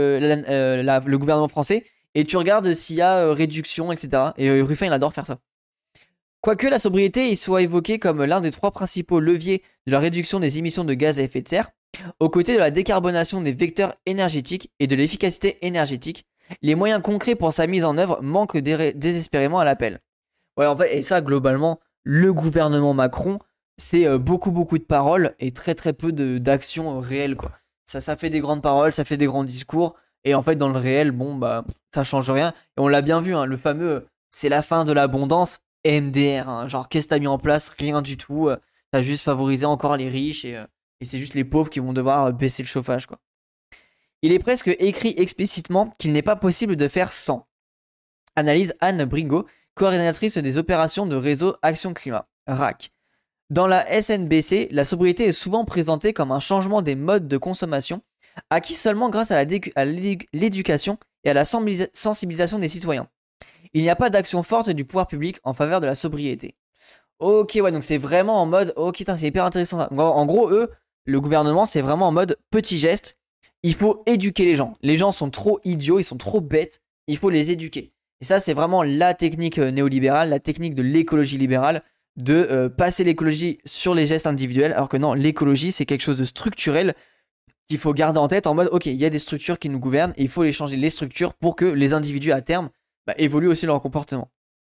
Speaker 1: le gouvernement français et tu regardes s'il y a réduction, etc. Et Ruffin il adore faire ça. Quoique la sobriété y soit évoquée comme l'un des 3 principaux leviers de la réduction des émissions de gaz à effet de serre, aux côtés de la décarbonation des vecteurs énergétiques et de l'efficacité énergétique, les moyens concrets pour sa mise en œuvre manquent désespérément à l'appel. Ouais, en fait, et ça, globalement, le gouvernement Macron, c'est beaucoup de paroles et très peu d'actions réelles, quoi. Ça fait des grandes paroles, ça fait des grands discours, et en fait, dans le réel, bon, bah, ça change rien. Et on l'a bien vu, hein, le fameux c'est la fin de l'abondance, MDR, hein, genre, qu'est-ce que t'as mis en place? Rien du tout. T'as juste favorisé encore les riches et c'est juste les pauvres qui vont devoir baisser le chauffage, quoi. Il est presque écrit explicitement qu'il n'est pas possible de faire sans. Analyse Anne Bringo, coordinatrice des opérations de réseau Action Climat, RAC. Dans la SNBC, la sobriété est souvent présentée comme un changement des modes de consommation, acquis seulement grâce à l'éducation et à la sensibilisation des citoyens. Il n'y a pas d'action forte du pouvoir public en faveur de la sobriété. Ok, ouais, donc c'est vraiment en mode, ok, c'est hyper intéressant. En gros, eux, le gouvernement, c'est vraiment en mode petit geste. Il faut éduquer les gens. Les gens sont trop idiots, ils sont trop bêtes. Il faut les éduquer. Et ça, c'est vraiment la technique néolibérale, la technique de l'écologie libérale, de passer l'écologie sur les gestes individuels. Alors que non, l'écologie, c'est quelque chose de structurel qu'il faut garder en tête en mode, ok, il y a des structures qui nous gouvernent et il faut les changer les structures pour que les individus à terme évoluent aussi leur comportement.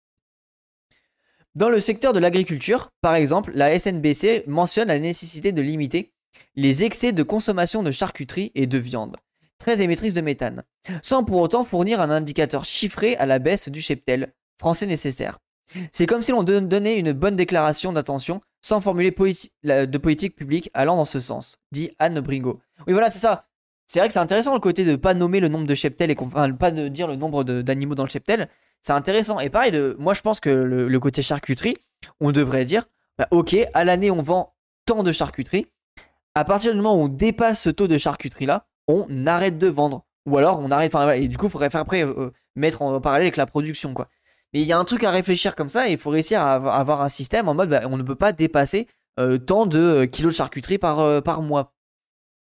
Speaker 1: Dans le secteur de l'agriculture, par exemple, la SNBC mentionne la nécessité de limiter les excès de consommation de charcuterie et de viande, très émettrices de méthane, sans pour autant fournir un indicateur chiffré à la baisse du cheptel, français nécessaire. C'est comme si l'on donnait une bonne déclaration d'intention sans formuler de politique publique allant dans ce sens, dit Anne Bringo. Oui, voilà, c'est ça. C'est vrai que c'est intéressant le côté de ne pas nommer le nombre de cheptels et pas de dire le nombre d'animaux dans le cheptel. C'est intéressant. Et pareil, moi je pense que le côté charcuterie, on devrait dire, ok, à l'année on vend tant de charcuterie. À partir du moment où on dépasse ce taux de charcuterie là, on arrête de vendre. Ou alors on arrête, enfin, et du coup il faudrait faire après mettre en parallèle avec la production, quoi. Mais il y a un truc à réfléchir comme ça et il faut réussir à avoir un système en mode on ne peut pas dépasser tant de kilos de charcuterie par mois.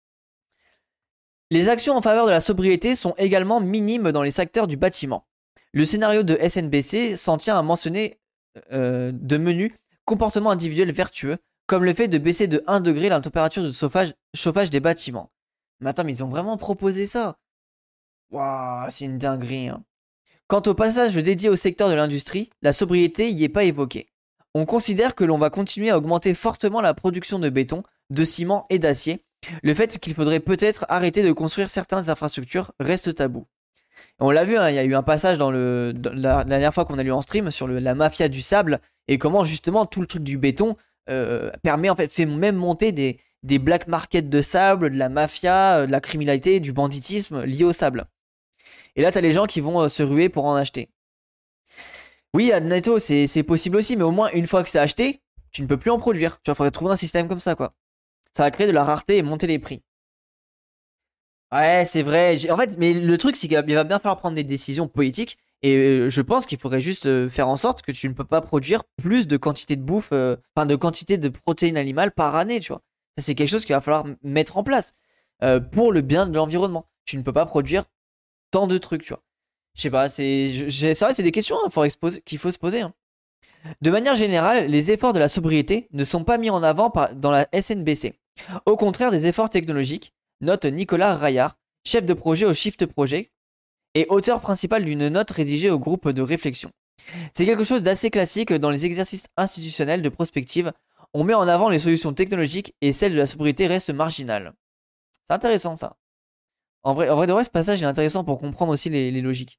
Speaker 1: Les actions en faveur de la sobriété sont également minimes dans les secteurs du bâtiment. Le scénario de SNBC s'en tient à mentionner de menus comportements individuels vertueux, comme le fait de baisser de 1 degré la température de chauffage des bâtiments. Mais attends, mais ils ont vraiment proposé ça. Waouh, c'est une dinguerie, hein. Quant au passage dédié au secteur de l'industrie, la sobriété y est pas évoquée. On considère que l'on va continuer à augmenter fortement la production de béton, de ciment et d'acier. Le fait qu'il faudrait peut-être arrêter de construire certaines infrastructures reste tabou. On l'a vu, hein, il y a eu un passage dans la dernière fois qu'on a lu en stream sur la mafia du sable et comment justement tout le truc du béton permet en fait fait même monter des black markets de sable, de la mafia, de la criminalité, du banditisme lié au sable. Et là, t'as les gens qui vont se ruer pour en acheter. Oui, admetto, c'est possible aussi, mais au moins une fois que c'est acheté, tu ne peux plus en produire. Tu vois, faudrait trouver un système comme ça, quoi. Ça va créer de la rareté et monter les prix. Ouais, c'est vrai. En fait, mais le truc, c'est qu'il va bien falloir prendre des décisions politiques. Et je pense qu'il faudrait juste faire en sorte que tu ne peux pas produire plus de quantité de bouffe, enfin de quantité de protéines animales par année, tu vois. Ça, c'est quelque chose qu'il va falloir mettre en place pour le bien de l'environnement. Tu ne peux pas produire tant de trucs, tu vois. Je sais pas, c'est vrai, c'est des questions qu'il faut se poser, hein. De manière générale, les efforts de la sobriété ne sont pas mis en avant dans la SNBC. Au contraire des efforts technologiques, note Nicolas Raillard, chef de projet au Shift Project et auteur principal d'une note rédigée au groupe de réflexion. C'est quelque chose d'assez classique dans les exercices institutionnels de prospective. On met en avant les solutions technologiques et celle de la sobriété reste marginale. C'est intéressant ça. En vrai de vrai, ce passage est intéressant pour comprendre aussi les logiques.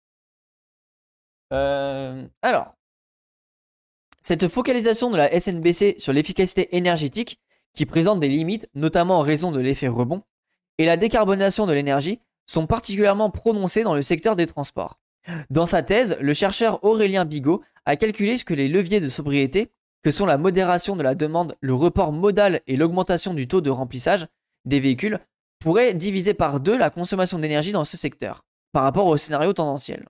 Speaker 1: Alors, cette focalisation de la SNBC sur l'efficacité énergétique, qui présente des limites, notamment en raison de l'effet rebond, et la décarbonation de l'énergie, sont particulièrement prononcées dans le secteur des transports. Dans sa thèse, le chercheur Aurélien Bigot a calculé que les leviers de sobriété, que sont la modération de la demande, le report modal et l'augmentation du taux de remplissage des véhicules, pourraient diviser par 2 la consommation d'énergie dans ce secteur, par rapport au scénario tendanciel.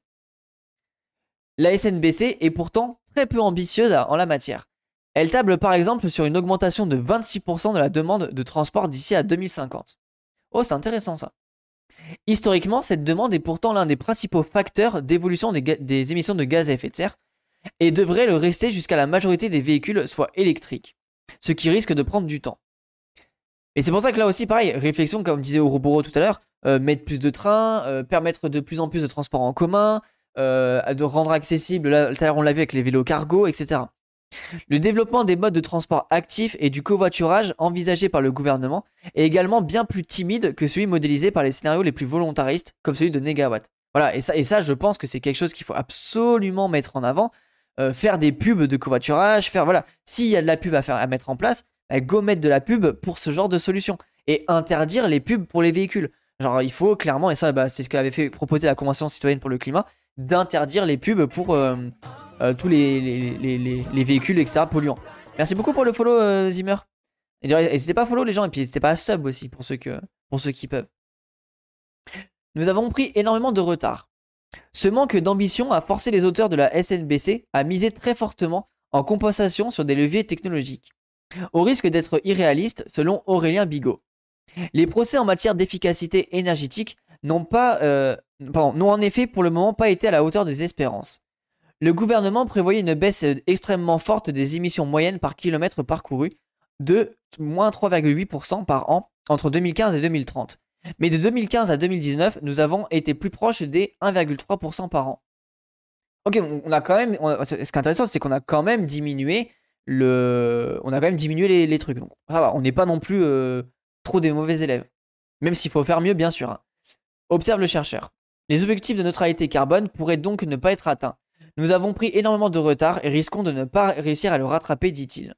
Speaker 1: La SNBC est pourtant très peu ambitieuse en la matière. Elle table par exemple sur une augmentation de 26% de la demande de transport d'ici à 2050. Oh, c'est intéressant ça. Historiquement, cette demande est pourtant l'un des principaux facteurs d'évolution des émissions de gaz à effet de serre et devrait le rester jusqu'à la majorité des véhicules soient électriques, ce qui risque de prendre du temps. Et c'est pour ça que là aussi, pareil, réflexion, comme disait Ouroboros tout à l'heure, mettre plus de trains, permettre de plus en plus de transports en commun, de rendre accessible, là, tout à l'heure on l'a vu avec les vélos cargo, etc. Le développement des modes de transport actifs et du covoiturage envisagé par le gouvernement est également bien plus timide que celui modélisé par les scénarios les plus volontaristes, comme celui de Negawatt. Voilà, et ça je pense que c'est quelque chose qu'il faut absolument mettre en avant. Faire des pubs de covoiturage, voilà. S'il y a de la pub à mettre en place, go mettre de la pub pour ce genre de solution. Et interdire les pubs pour les véhicules. Genre, il faut clairement, et ça, c'est ce qu'avait fait proposer la Convention citoyenne pour le climat, d'interdire les pubs pour tous les véhicules, etc. polluants. Merci beaucoup pour le follow, Zimmer. Et n'hésitez pas à follow les gens, et puis n'hésitez pas à sub aussi pour ceux qui peuvent. Nous avons pris énormément de retard. Ce manque d'ambition a forcé les auteurs de la SNBC à miser très fortement en compensation sur des leviers technologiques, au risque d'être irréaliste selon Aurélien Bigot. Les procès en matière d'efficacité énergétique n'ont en effet pour le moment pas été à la hauteur des espérances. Le gouvernement prévoyait une baisse extrêmement forte des émissions moyennes par kilomètre parcouru de moins 3,8% par an entre 2015 et 2030. Mais de 2015 à 2019, nous avons été plus proches des 1,3% par an. Ok, on a quand même. Ce qui est intéressant, c'est qu'on a quand même diminué les trucs. Donc, ça va, on n'est pas non plus trop des mauvais élèves. Même s'il faut faire mieux, bien sûr, hein. Observe le chercheur. Les objectifs de neutralité carbone pourraient donc ne pas être atteints. Nous avons pris énormément de retard et risquons de ne pas réussir à le rattraper, dit-il.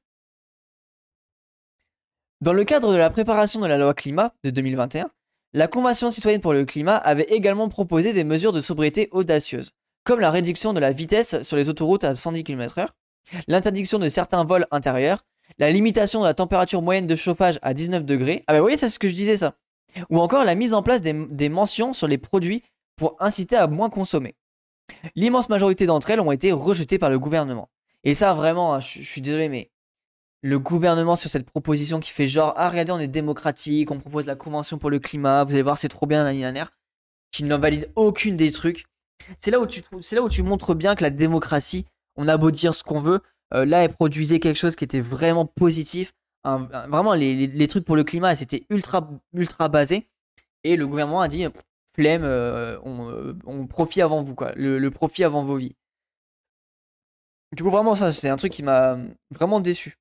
Speaker 1: Dans le cadre de la préparation de la loi climat de 2021, la Convention citoyenne pour le climat avait également proposé des mesures de sobriété audacieuses, comme la réduction de la vitesse sur les autoroutes à 110 km/h, l'interdiction de certains vols intérieurs, la limitation de la température moyenne de chauffage à 19 degrés. Ah bah vous voyez, c'est ce que je disais ça. Ou encore la mise en place des mentions sur les produits pour inciter à moins consommer. L'immense majorité d'entre elles ont été rejetées par le gouvernement. Et ça, vraiment, hein, je suis désolé, mais le gouvernement sur cette proposition qui fait genre, ah regardez, on est démocratique, on propose la convention pour le climat, vous allez voir, c'est trop bien, qui n'en valide aucune des trucs. C'est là où tu montres bien que la démocratie, on a beau dire ce qu'on veut, là, elle produisait quelque chose qui était vraiment positif. Vraiment, les trucs pour le climat, c'était ultra basé. Et le gouvernement a dit, flemme, on profite avant vous, quoi. Le profit avant vos vies. Du coup, vraiment, ça, c'est un truc qui m'a vraiment déçu.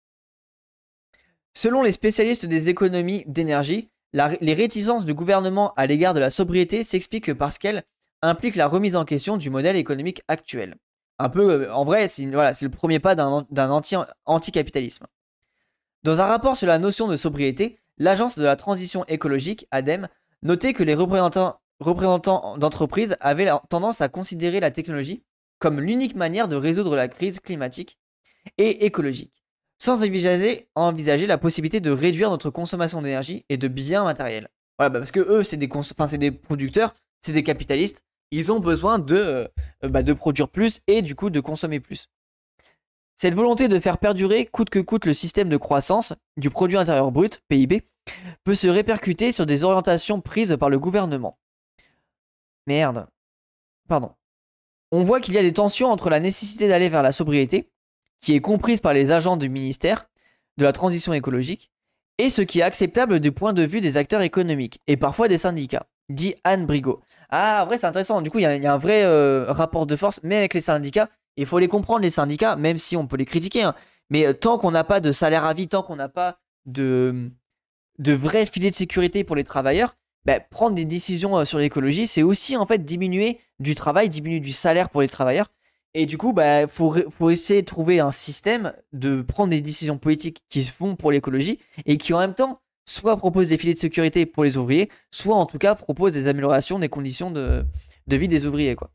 Speaker 1: Selon les spécialistes des économies d'énergie, les réticences du gouvernement à l'égard de la sobriété s'expliquent parce qu'elles impliquent la remise en question du modèle économique actuel. Un peu, en vrai, voilà, c'est le premier pas d'un anticapitalisme. Dans un rapport sur la notion de sobriété, l'Agence de la transition écologique, ADEME, notait que les représentants d'entreprises avaient tendance à considérer la technologie comme l'unique manière de résoudre la crise climatique et écologique, sans envisager la possibilité de réduire notre consommation d'énergie et de biens matériels. Voilà, parce que eux, c'est des producteurs, c'est des capitalistes, ils ont besoin de produire plus et du coup de consommer plus. Cette volonté de faire perdurer coûte que coûte le système de croissance du produit intérieur brut, PIB, peut se répercuter sur des orientations prises par le gouvernement. Merde. Pardon. On voit qu'il y a des tensions entre la nécessité d'aller vers la sobriété, qui est comprise par les agents du ministère de la transition écologique, et ce qui est acceptable du point de vue des acteurs économiques, et parfois des syndicats, dit Anne Brigot. Ah, en vrai, c'est intéressant. Du coup, il y a un vrai rapport de force, mais avec les syndicats. Il faut les comprendre, les syndicats, même si on peut les critiquer. Hein. Mais tant qu'on n'a pas de salaire à vie, tant qu'on n'a pas de vrais filets de sécurité pour les travailleurs, bah, prendre des décisions sur l'écologie, c'est aussi en fait diminuer du travail, diminuer du salaire pour les travailleurs. Et du coup, bah, faut essayer de trouver un système de prendre des décisions politiques qui se font pour l'écologie et qui en même temps soit proposent des filets de sécurité pour les ouvriers, soit en tout cas proposent des améliorations des conditions de vie des ouvriers, quoi.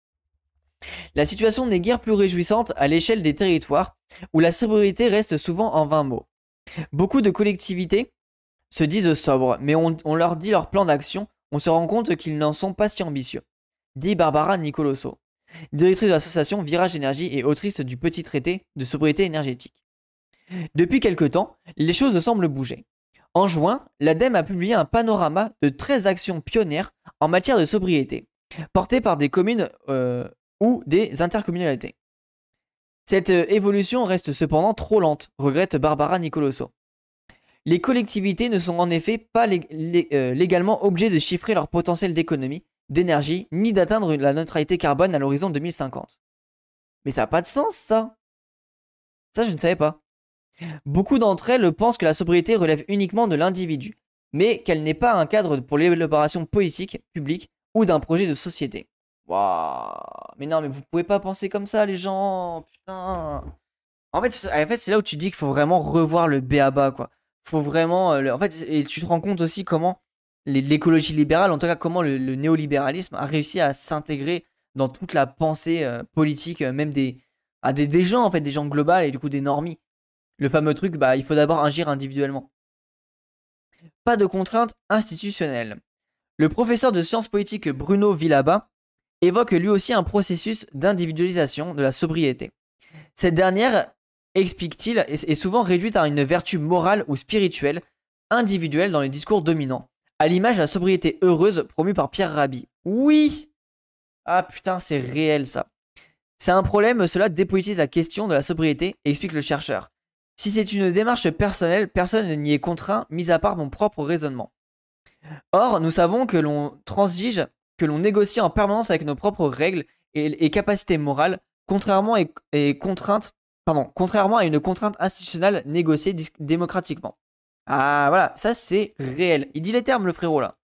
Speaker 1: La situation n'est guère plus réjouissante à l'échelle des territoires où la sobriété reste souvent en vain mots. Beaucoup de collectivités se disent sobres, mais on leur dit leur plan d'action, on se rend compte qu'ils n'en sont pas si ambitieux, dit Barbara Nicoloso, directrice de l'association Virage Énergie et autrice du petit traité de sobriété énergétique. Depuis quelque temps, les choses semblent bouger. En juin, l'ADEME a publié un panorama de 13 actions pionnières en matière de sobriété, portées par des communes ou des intercommunalités. Cette évolution reste cependant trop lente, regrette Barbara Nicoloso. Les collectivités ne sont en effet pas légalement obligées de chiffrer leur potentiel d'économie, d'énergie, ni d'atteindre la neutralité carbone à l'horizon 2050. Mais ça n'a pas de sens, ça. Ça, je ne savais pas. Beaucoup d'entre elles pensent que la sobriété relève uniquement de l'individu, mais qu'elle n'est pas un cadre pour l'élaboration politique, publique ou d'un projet de société. Waouh. Mais non, mais vous pouvez pas penser comme ça, les gens. Putain. En fait, c'est là où tu dis qu'il faut vraiment revoir le b.a.-ba, quoi. Faut vraiment. En fait, et tu te rends compte aussi comment l'écologie libérale, en tout cas, comment le néolibéralisme a réussi à s'intégrer dans toute la pensée politique, même des gens, en fait, des gens globales et du coup des normies. Le fameux truc, bah, il faut d'abord agir individuellement. Pas de contraintes institutionnelles. Le professeur de sciences politiques Bruno Villaba évoque lui aussi un processus d'individualisation de la sobriété. Cette dernière, explique-t-il, est souvent réduite à une vertu morale ou spirituelle, individuelle dans les discours dominants, à l'image de la sobriété heureuse promue par Pierre Rabhi. Oui. Ah putain, c'est réel ça. C'est un problème, cela dépolitise la question de la sobriété, explique le chercheur. Si c'est une démarche personnelle, personne n'y est contraint, mis à part mon propre raisonnement. Or, nous savons que l'on transige, que l'on négocie en permanence avec nos propres règles et capacités morales, contrairement à une contrainte institutionnelle négociée démocratiquement. Ah voilà, ça c'est réel. Il dit les termes, le frérot là.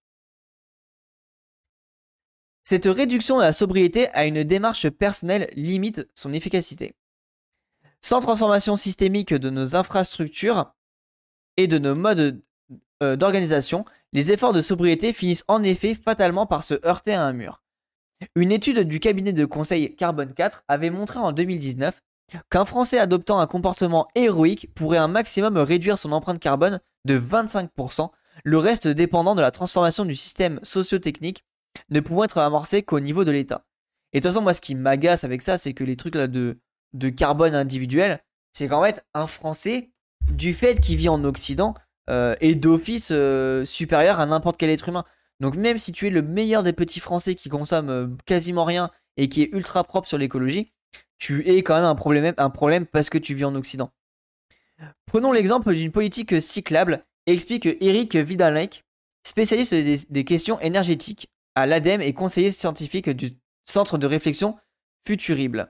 Speaker 1: Cette réduction de la sobriété à une démarche personnelle limite son efficacité. Sans transformation systémique de nos infrastructures et de nos modes d'organisation, les efforts de sobriété finissent en effet fatalement par se heurter à un mur. Une étude du cabinet de conseil Carbone 4 avait montré en 2019 qu'un Français adoptant un comportement héroïque pourrait un maximum réduire son empreinte carbone de 25%, le reste dépendant de la transformation du système socio-technique ne pouvant être amorcé qu'au niveau de l'État. Et de toute façon, moi, ce qui m'agace avec ça, c'est que les trucs là de carbone individuel, c'est qu'en fait, un Français, du fait qu'il vit en Occident, est d'office supérieur à n'importe quel être humain. Donc même si tu es le meilleur des petits Français qui consomment quasiment rien et qui est ultra propre sur l'écologie, tu es quand même un problème parce que tu vis en Occident. Prenons l'exemple d'une politique cyclable, explique Eric Vidalek, spécialiste des questions énergétiques à l'ADEME et conseiller scientifique du Centre de réflexion Futurible.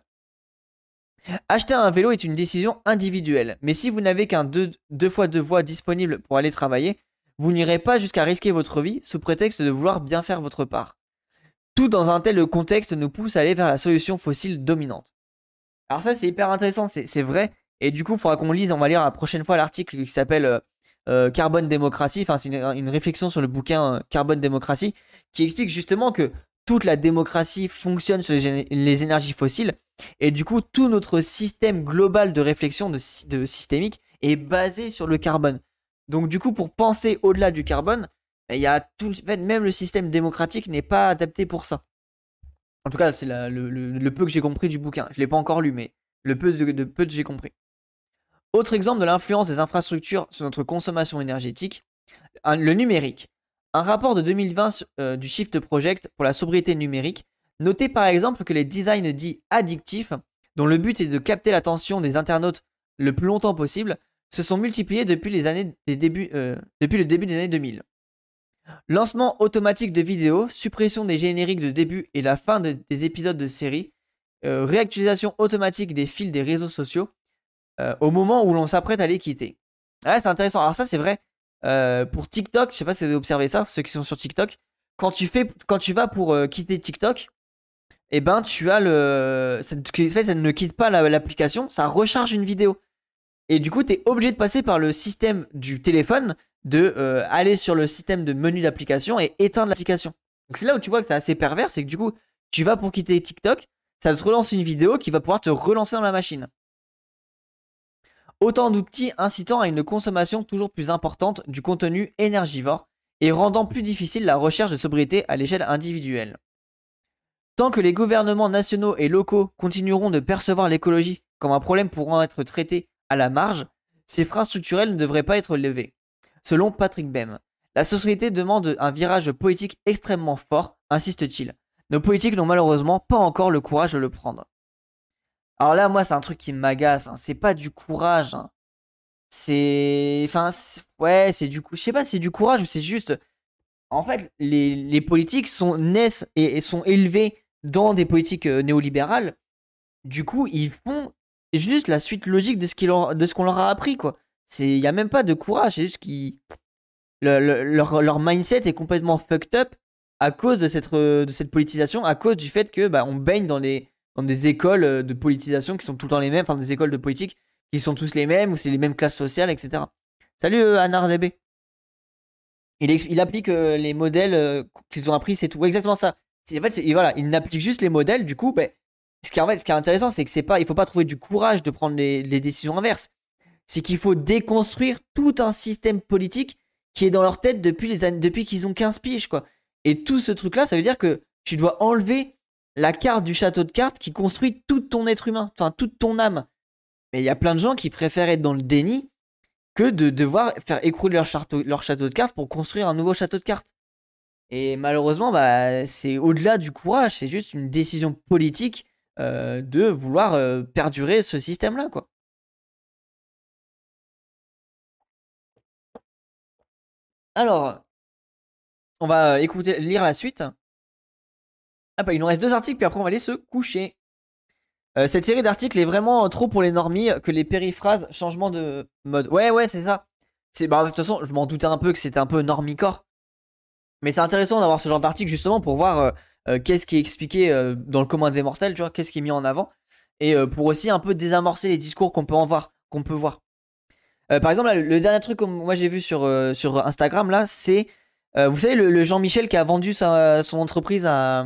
Speaker 1: Acheter un vélo est une décision individuelle, mais si vous n'avez qu'un 2 fois 2 voies disponible pour aller travailler, vous n'irez pas jusqu'à risquer votre vie sous prétexte de vouloir bien faire votre part. Tout dans un tel contexte nous pousse à aller vers la solution fossile dominante. Alors ça c'est hyper intéressant, c'est vrai, et du coup il faudra qu'on lise, on va lire la prochaine fois l'article qui s'appelle Carbone Démocratie, enfin c'est une réflexion sur le bouquin Carbone Démocratie, qui explique justement que toute la démocratie fonctionne sur les énergies fossiles, et du coup tout notre système global de réflexion de systémique est basé sur le carbone. Donc du coup pour penser au-delà du carbone, il y a tout, en fait, même le système démocratique n'est pas adapté pour ça. En tout cas c'est le peu que j'ai compris du bouquin, je l'ai pas encore lu mais le peu que j'ai compris. Autre exemple de l'influence des infrastructures sur notre consommation énergétique, le numérique. Un rapport de 2020 du Shift Project pour la sobriété numérique notait par exemple que les designs dits addictifs, dont le but est de capter l'attention des internautes le plus longtemps possible, se sont multipliés depuis le début des années 2000. Lancement automatique de vidéos, suppression des génériques de début et la fin des épisodes de séries, réactualisation automatique des fils des réseaux sociaux, au moment où l'on s'apprête à les quitter. Ouais, c'est intéressant. Alors ça, c'est vrai. Pour TikTok, je sais pas si vous avez observé ça, ceux qui sont sur TikTok, quand tu vas pour quitter TikTok, et ben tu as ça ne quitte pas l'application, ça recharge une vidéo. Et du coup, tu es obligé de passer par le système du téléphone, de aller sur le système de menu d'application et éteindre l'application. Donc c'est là où tu vois que c'est assez pervers, c'est que du coup, tu vas pour quitter TikTok, ça te relance une vidéo qui va pouvoir te relancer dans la machine. Autant d'outils incitant à une consommation toujours plus importante du contenu énergivore et rendant plus difficile la recherche de sobriété à l'échelle individuelle. Tant que les gouvernements nationaux et locaux continueront de percevoir l'écologie comme un problème pouvant être traité à la marge, ces freins structurels ne devraient pas être levés. Selon Patrick Bem, la société demande un virage politique extrêmement fort, insiste-t-il. Nos politiques n'ont malheureusement pas encore le courage de le prendre. Alors là, moi, c'est un truc qui m'agace. Hein. C'est pas du courage. Hein. C'est. Enfin, ouais, c'est du coup. Je sais pas, c'est du courage ou c'est juste. En fait, les politiques naissent et sont élevés dans des politiques néolibérales. Du coup, ils font juste la suite logique de ce qu'on leur a appris, quoi. Il n'y a même pas de courage. C'est juste qu'ils. Leur mindset est complètement fucked up à cause de cette politisation, à cause du fait que on baigne dans des écoles de politisation qui sont tout le temps les mêmes, enfin des écoles de politique qui sont tous les mêmes, ou c'est les mêmes classes sociales, etc. Salut AnarDB. Il applique les modèles qu'ils ont appris, c'est tout. Ouais, exactement ça. En fait, voilà, il applique juste les modèles, du coup, ce qui est intéressant, c'est que il faut pas trouver du courage de prendre les décisions inverses. C'est qu'il faut déconstruire tout un système politique qui est dans leur tête depuis qu'ils ont 15 piges, quoi. Et tout ce truc-là, ça veut dire que tu dois enlever la carte du château de cartes qui construit tout ton être humain, enfin toute ton âme. Mais il y a plein de gens qui préfèrent être dans le déni que de devoir faire écrouler leur château de cartes pour construire un nouveau château de cartes. Et malheureusement, c'est au-delà du courage, c'est juste une décision politique de vouloir perdurer ce système-là, quoi. Alors, on va lire la suite. Ah bah, il nous reste 2 articles, puis après on va aller se coucher. Cette série d'articles est vraiment trop pour les normies que les périphrases, changement de mode. Ouais, c'est ça. De toute façon, je m'en doutais un peu que c'était un peu normicore. Mais c'est intéressant d'avoir ce genre d'article justement pour voir qu'est-ce qui est expliqué dans le commun des mortels, tu vois, qu'est-ce qui est mis en avant. Et pour aussi un peu désamorcer les discours qu'on peut voir. Par exemple, là, le dernier truc que moi j'ai vu sur Instagram, là, c'est, vous savez, le Jean-Michel qui a vendu son entreprise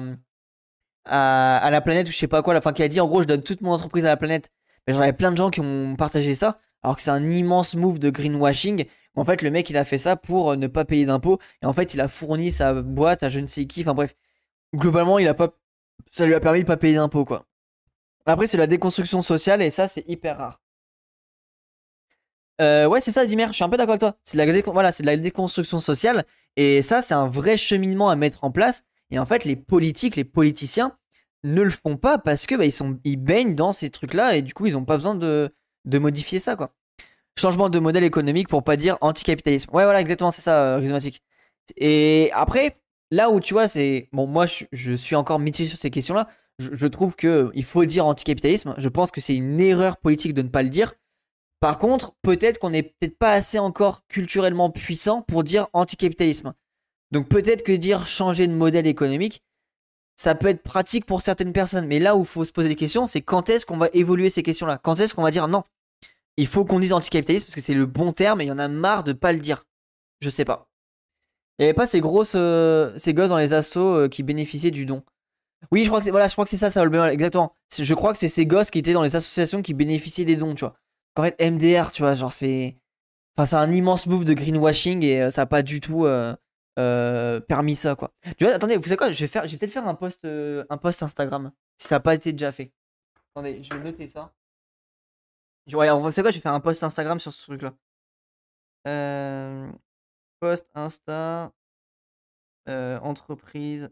Speaker 1: à la planète ou je sais pas quoi, enfin qui a dit en gros je donne toute mon entreprise à la planète. Mais j'en avais plein de gens qui ont partagé ça, alors que c'est un immense move de greenwashing. En fait, le mec il a fait ça pour ne pas payer d'impôts et en fait il a fourni sa boîte à je ne sais qui. Enfin bref, globalement ça lui a permis de pas payer d'impôts quoi. Après c'est la déconstruction sociale et ça c'est hyper rare. Ouais, c'est ça, Zimmer, je suis un peu d'accord avec toi. C'est de la déconstruction sociale. Et ça, c'est un vrai cheminement à mettre en place. Et en fait, les politiques, les politiciens ne le font pas parce que ils baignent dans ces trucs-là et du coup, ils n'ont pas besoin de modifier ça, quoi. Changement de modèle économique pour pas dire anticapitalisme. Ouais, voilà, exactement, c'est ça, Rhizomatique. Et après, là où tu vois, c'est. Bon, moi, je suis encore mitigé sur ces questions-là. Je trouve qu'il faut dire anticapitalisme. Je pense que c'est une erreur politique de ne pas le dire. Par contre, peut-être qu'on n'est peut-être pas assez encore culturellement puissant pour dire anticapitalisme. Donc peut-être que dire changer de modèle économique, ça peut être pratique pour certaines personnes. Mais là où il faut se poser des questions, c'est quand est-ce qu'on va évoluer ces questions-là? Quand est-ce qu'on va dire non? Il faut qu'on dise anticapitalisme parce que c'est le bon terme et il y en a marre de pas le dire. Je sais pas. Il n'y avait pas ces gosses dans les assos qui bénéficiaient du don. Oui, je crois que c'est ça, ça va le bien, exactement. Je crois que c'est ces gosses qui étaient dans les associations qui bénéficiaient des dons, tu vois. En fait, MDR, tu vois, genre c'est un immense move de greenwashing et ça a pas du tout permis ça, quoi. Tu vois, attendez, vous savez quoi? Je vais peut-être faire un post Instagram si ça n'a pas été déjà fait. Attendez, je vais noter ça. Ouais, vous savez quoi? Je vais faire un post Instagram sur ce truc-là. Euh, Post Insta, entreprise,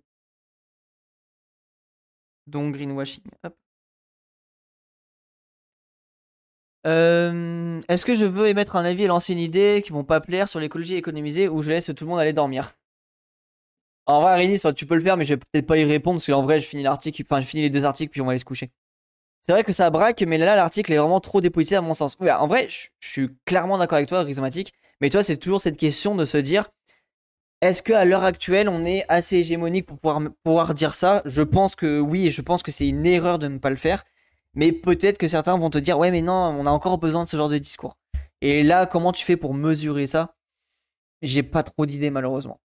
Speaker 1: don greenwashing. Hop. Est-ce que je veux émettre un avis et lancer une idée qui vont pas plaire sur l'écologie économisée ou je laisse tout le monde aller dormir? En vrai, Rénis, tu peux le faire, mais je vais peut-être pas y répondre parce qu'en vrai, je finis les deux articles puis on va aller se coucher. C'est vrai que ça braque, mais là, l'article est vraiment trop dépolitisé à mon sens. Ouais, en vrai, je suis clairement d'accord avec toi, Rhizomatique, mais toi, c'est toujours cette question de se dire est-ce qu'à l'heure actuelle, on est assez hégémonique pour pouvoir dire ça? Je pense que oui, et je pense que c'est une erreur de ne pas le faire. Mais peut-être que certains vont te dire ouais, mais non, on a encore besoin de ce genre de discours. Et là, comment tu fais pour mesurer ça? J'ai pas trop d'idées, malheureusement.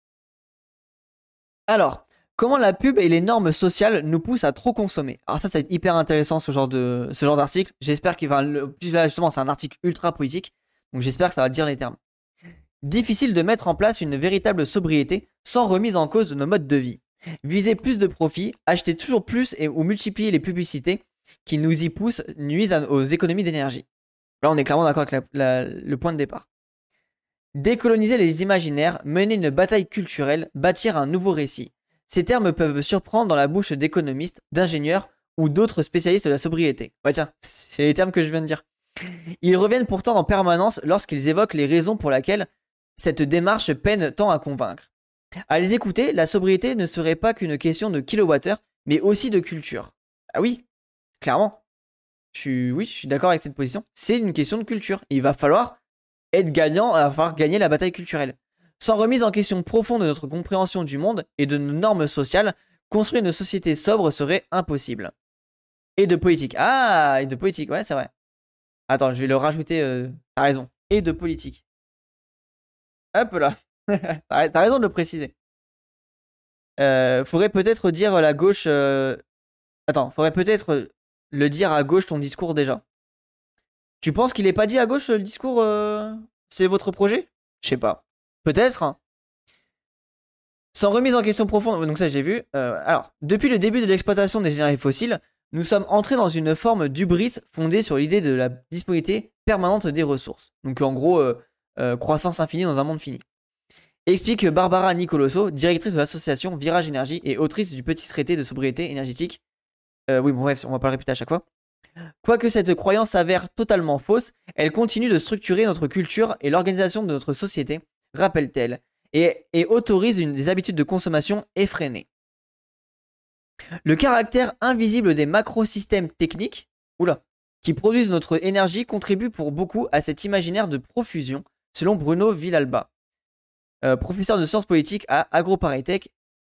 Speaker 1: Alors, comment la pub et les normes sociales nous poussent à trop consommer? Alors ça va être hyper intéressant ce genre d'article. J'espère qu'il va plus là justement, c'est un article ultra politique, donc j'espère que ça va dire les termes. Difficile de mettre en place une véritable sobriété sans remise en cause de nos modes de vie. Viser plus de profits, acheter toujours plus ou multiplier les publicités qui nous y poussent nuisent aux économies d'énergie. Là, on est clairement d'accord avec le point de départ. Décoloniser les imaginaires, mener une bataille culturelle, bâtir un nouveau récit. Ces termes peuvent surprendre dans la bouche d'économistes, d'ingénieurs ou d'autres spécialistes de la sobriété. Ouais, tiens, c'est les termes que je viens de dire. Ils reviennent pourtant en permanence lorsqu'ils évoquent les raisons pour lesquelles cette démarche peine tant à convaincre. À les écouter, la sobriété ne serait pas qu'une question de kilowattheure, mais aussi de culture. Ah oui, clairement. Oui, je suis d'accord avec cette position. C'est une question de culture. Il va falloir être gagnant, il va falloir gagner la bataille culturelle. Sans remise en question profonde de notre compréhension du monde et de nos normes sociales, construire une société sobre serait impossible. Et de politique. Ah, et de politique, ouais, c'est vrai. Attends, je vais le rajouter. T'as raison. Et de politique. Hop là. T'as raison de le préciser. Faudrait peut-être dire la gauche. Attends, faudrait peut-être le dire à gauche ton discours déjà. Tu penses qu'il est pas dit à gauche le discours c'est votre projet? Je sais pas. Peut-être, hein. Sans remise en question profonde, donc ça j'ai vu. Alors, depuis le début de l'exploitation des énergies fossiles, nous sommes entrés dans une forme d'hubris fondée sur l'idée de la disponibilité permanente des ressources. Donc en gros, croissance infinie dans un monde fini. Explique Barbara Nicoloso, directrice de l'association Virage Énergie et autrice du petit traité de sobriété énergétique. Oui, bon bref, on va pas le répéter à chaque fois. Quoique cette croyance s'avère totalement fausse, elle continue de structurer notre culture et l'organisation de notre société, rappelle-t-elle, et autorise des habitudes de consommation effrénées. Le caractère invisible des macrosystèmes techniques, qui produisent notre énergie contribue pour beaucoup à cet imaginaire de profusion, selon Bruno Villalba, professeur de sciences politiques à AgroParisTech.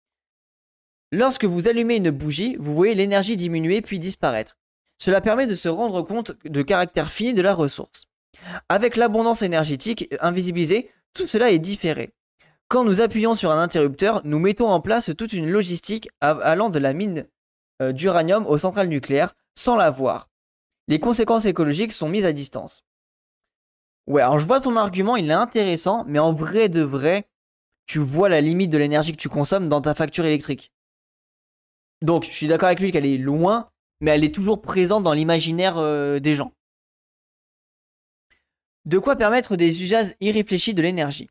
Speaker 1: Lorsque vous allumez une bougie, vous voyez l'énergie diminuer puis disparaître. Cela permet de se rendre compte du caractère fini de la ressource. Avec l'abondance énergétique invisibilisée, tout cela est différé. Quand nous appuyons sur un interrupteur, nous mettons en place toute une logistique allant de la mine d'uranium aux centrales nucléaires sans la voir. Les conséquences écologiques sont mises à distance. Ouais, alors je vois ton argument, il est intéressant, mais en vrai de vrai, tu vois la limite de l'énergie que tu consommes dans ta facture électrique. Donc, je suis d'accord avec lui qu'elle est loin, mais elle est toujours présente dans l'imaginaire des gens. De quoi permettre des usages irréfléchis de l'énergie.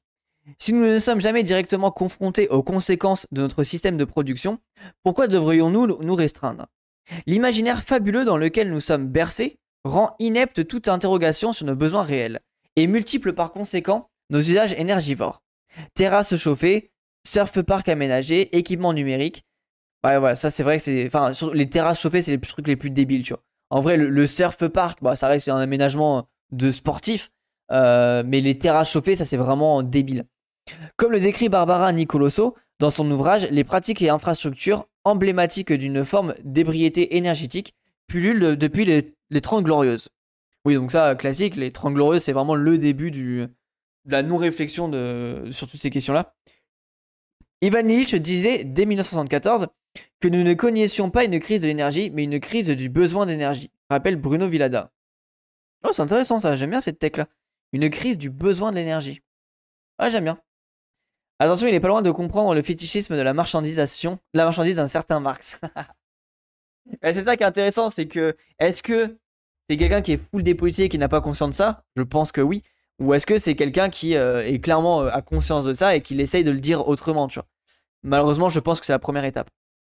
Speaker 1: Si nous ne sommes jamais directement confrontés aux conséquences de notre système de production, pourquoi devrions-nous nous restreindre? L'imaginaire fabuleux dans lequel nous sommes bercés rend inepte toute interrogation sur nos besoins réels et multiple par conséquent nos usages énergivores. Terrasses chauffées, surf park aménagé, équipements numériques. Ouais, voilà, ça c'est vrai que c'est. Enfin, les terrasses chauffées, c'est les trucs les plus débiles, tu vois. En vrai, le surf park, bah, ça reste un aménagement de sportif. Mais les terrasses chauffées, ça c'est vraiment débile. Comme le décrit Barbara Nicoloso dans son ouvrage Les pratiques et infrastructures emblématiques d'une forme d'ébriété énergétique pullulent depuis les 30 glorieuses. Oui, donc ça, classique, les 30 glorieuses, c'est vraiment le début de la non-réflexion sur toutes ces questions-là. Ivan Illich disait dès 1974 que nous ne connaissions pas une crise de l'énergie, mais une crise du besoin d'énergie. Rappelle Bruno Villada. Oh, c'est intéressant ça, j'aime bien cette tech-là. Une crise du besoin de l'énergie. Ah, j'aime bien. Attention, il est pas loin de comprendre le fétichisme de la marchandisation, de la marchandise d'un certain Marx. C'est ça qui est intéressant, c'est que est-ce que c'est quelqu'un qui est full des policiers et qui n'a pas conscience de ça? Je pense que oui. Ou est-ce que c'est quelqu'un qui est clairement a conscience de ça et qui essaye de le dire autrement, tu vois? Malheureusement, je pense que c'est la première étape.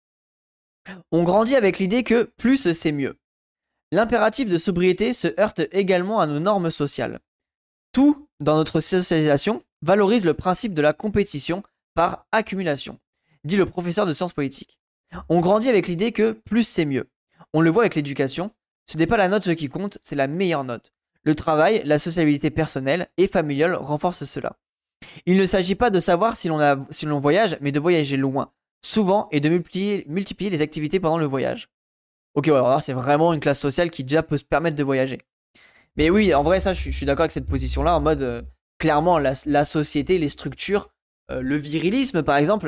Speaker 1: On grandit avec l'idée que plus c'est mieux. L'impératif de sobriété se heurte également à nos normes sociales. Tout, dans notre socialisation, valorise le principe de la compétition par accumulation, dit le professeur de sciences politiques. On grandit avec l'idée que plus c'est mieux. On le voit avec l'éducation, ce n'est pas la note qui compte, c'est la meilleure note. Le travail, la sociabilité personnelle et familiale renforcent cela. Il ne s'agit pas de savoir si l'on voyage, mais de voyager loin, souvent, et de multiplier les activités pendant le voyage. Ok, alors là, c'est vraiment une classe sociale qui déjà peut se permettre de voyager. Mais oui, en vrai, ça, je suis d'accord avec cette position-là, en mode, clairement, la société, les structures, le virilisme, par exemple,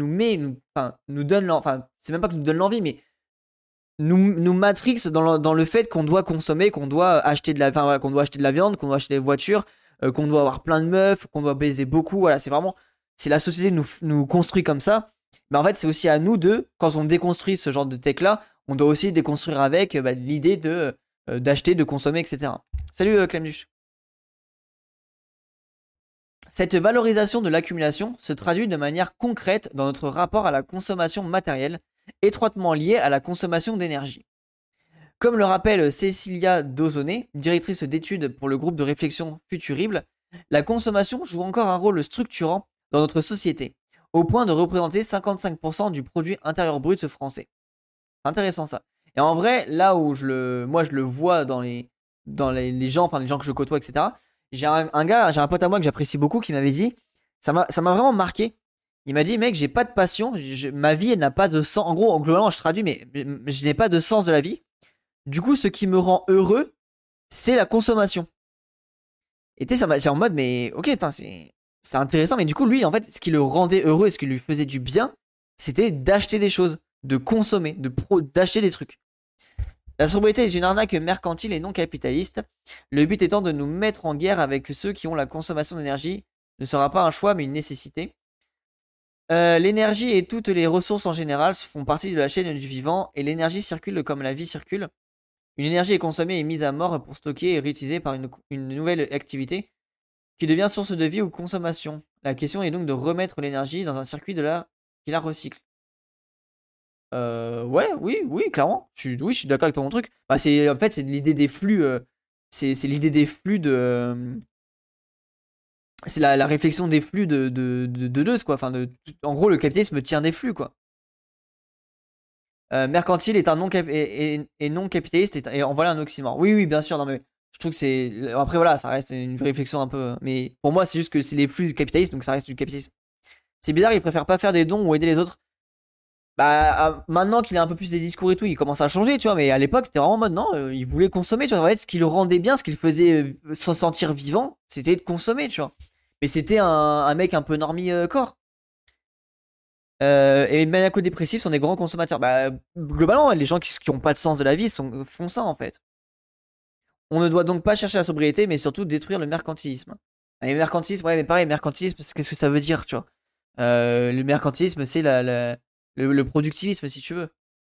Speaker 1: nous donne, enfin, c'est même pas que nous donne l'envie, mais nous matrix dans le fait qu'on doit consommer, qu'on doit acheter de la, enfin, voilà, qu'on doit acheter de la viande, qu'on doit acheter des voitures, qu'on doit avoir plein de meufs, qu'on doit baiser beaucoup. Voilà, c'est vraiment, c'est la société nous construit comme ça. Mais en fait, c'est aussi à nous quand on déconstruit ce genre de tech-là, on doit aussi déconstruire avec l'idée d'acheter, de consommer, etc. Salut Clemduch. Cette valorisation de l'accumulation se traduit de manière concrète dans notre rapport à la consommation matérielle, étroitement liée à la consommation d'énergie. Comme le rappelle Cecilia Dozone, directrice d'études pour le groupe de réflexion Futurible, la consommation joue encore un rôle structurant dans notre société, au point de représenter 55% du produit intérieur brut français. Intéressant ça. Et en vrai, là où moi je le vois dans les gens, enfin les gens que je côtoie, etc. J'ai j'ai un pote à moi que j'apprécie beaucoup qui m'avait dit, ça m'a vraiment marqué. Il m'a dit, mec, j'ai pas de passion, ma vie elle n'a pas de sens. En gros, globalement, je traduis, mais je n'ai pas de sens de la vie. Du coup, ce qui me rend heureux, c'est la consommation. Et tu sais, j'ai en mode, mais ok, putain, c'est intéressant. Mais du coup, lui, en fait, ce qui le rendait heureux et ce qui lui faisait du bien, c'était d'acheter des choses, de consommer, d'acheter des trucs. La sobriété est une arnaque mercantile et non capitaliste. Le but étant de nous mettre en guerre avec ceux qui ont la consommation d'énergie. Ne sera pas un choix, mais une nécessité. L'énergie et toutes les ressources en général font partie de la chaîne du vivant et l'énergie circule comme la vie circule. Une énergie est consommée et mise à mort pour stocker et réutiliser par une nouvelle activité qui devient source de vie ou consommation. La question est donc de remettre l'énergie dans un circuit qui la recycle. Ouais, oui, clairement. Oui, je suis d'accord avec ton truc. Bah, en fait, c'est l'idée des flux. C'est l'idée des flux de. C'est la réflexion des flux de Deleuze, quoi. Enfin, en gros, le capitalisme tient des flux, quoi. Mercantile est un et non capitaliste et en voilà un oxymore. Oui, bien sûr. Non, mais je trouve que c'est. Après, voilà, ça reste une réflexion un peu. Mais pour moi, c'est juste que c'est les flux du capitalisme, donc ça reste du capitalisme. C'est bizarre, il préfère pas faire des dons ou aider les autres. Bah, maintenant qu'il a un peu plus des discours et tout, il commence à changer, tu vois. Mais à l'époque, c'était vraiment en mode non, il voulait consommer, tu vois. En fait, ce qui le rendait bien, ce qui le faisait se sentir vivant, c'était de consommer, tu vois. Mais c'était un mec un peu normie corps. Et les maniaco-dépressifs sont des grands consommateurs. Bah, globalement, les gens qui ont pas de sens de la vie font ça, en fait. On ne doit donc pas chercher la sobriété, mais surtout détruire le mercantilisme. Et le mercantilisme, ouais, mais pareil, mercantilisme, qu'est-ce que ça veut dire, tu vois? Le mercantilisme, c'est le productivisme, si tu veux.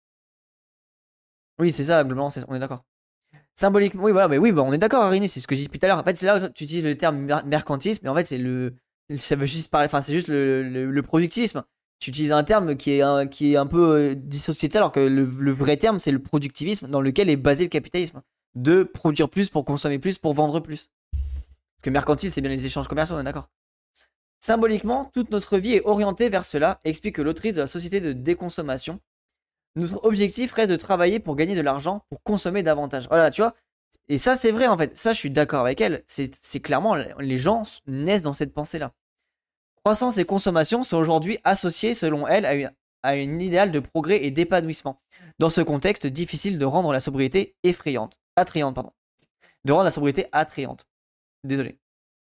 Speaker 1: Oui, c'est ça, globalement, on est d'accord. Symboliquement, oui, voilà, mais oui, bah, on est d'accord, Arini, c'est ce que j'ai dit depuis tout à l'heure. En fait, c'est là où tu utilises le terme mercantilisme, mais en fait, c'est Ça veut juste parler, enfin, c'est juste le productivisme. Tu utilises un terme qui est un peu dissocié de ça, alors que le vrai terme, c'est le productivisme dans lequel est basé le capitalisme. De produire plus pour consommer plus pour vendre plus. Parce que mercantile, c'est bien les échanges commerciaux, on est d'accord. Symboliquement, toute notre vie est orientée vers cela, explique l'autrice de la société de déconsommation. Notre objectif reste de travailler pour gagner de l'argent, pour consommer davantage. Voilà, tu vois. Et ça, c'est vrai en fait. Ça, je suis d'accord avec elle. C'est clairement, les gens naissent dans cette pensée-là. Croissance et consommation sont aujourd'hui associées, selon elle, à une idéal de progrès et d'épanouissement. Dans ce contexte, difficile de rendre la sobriété attrayante, pardon. De rendre la sobriété attrayante. Désolé.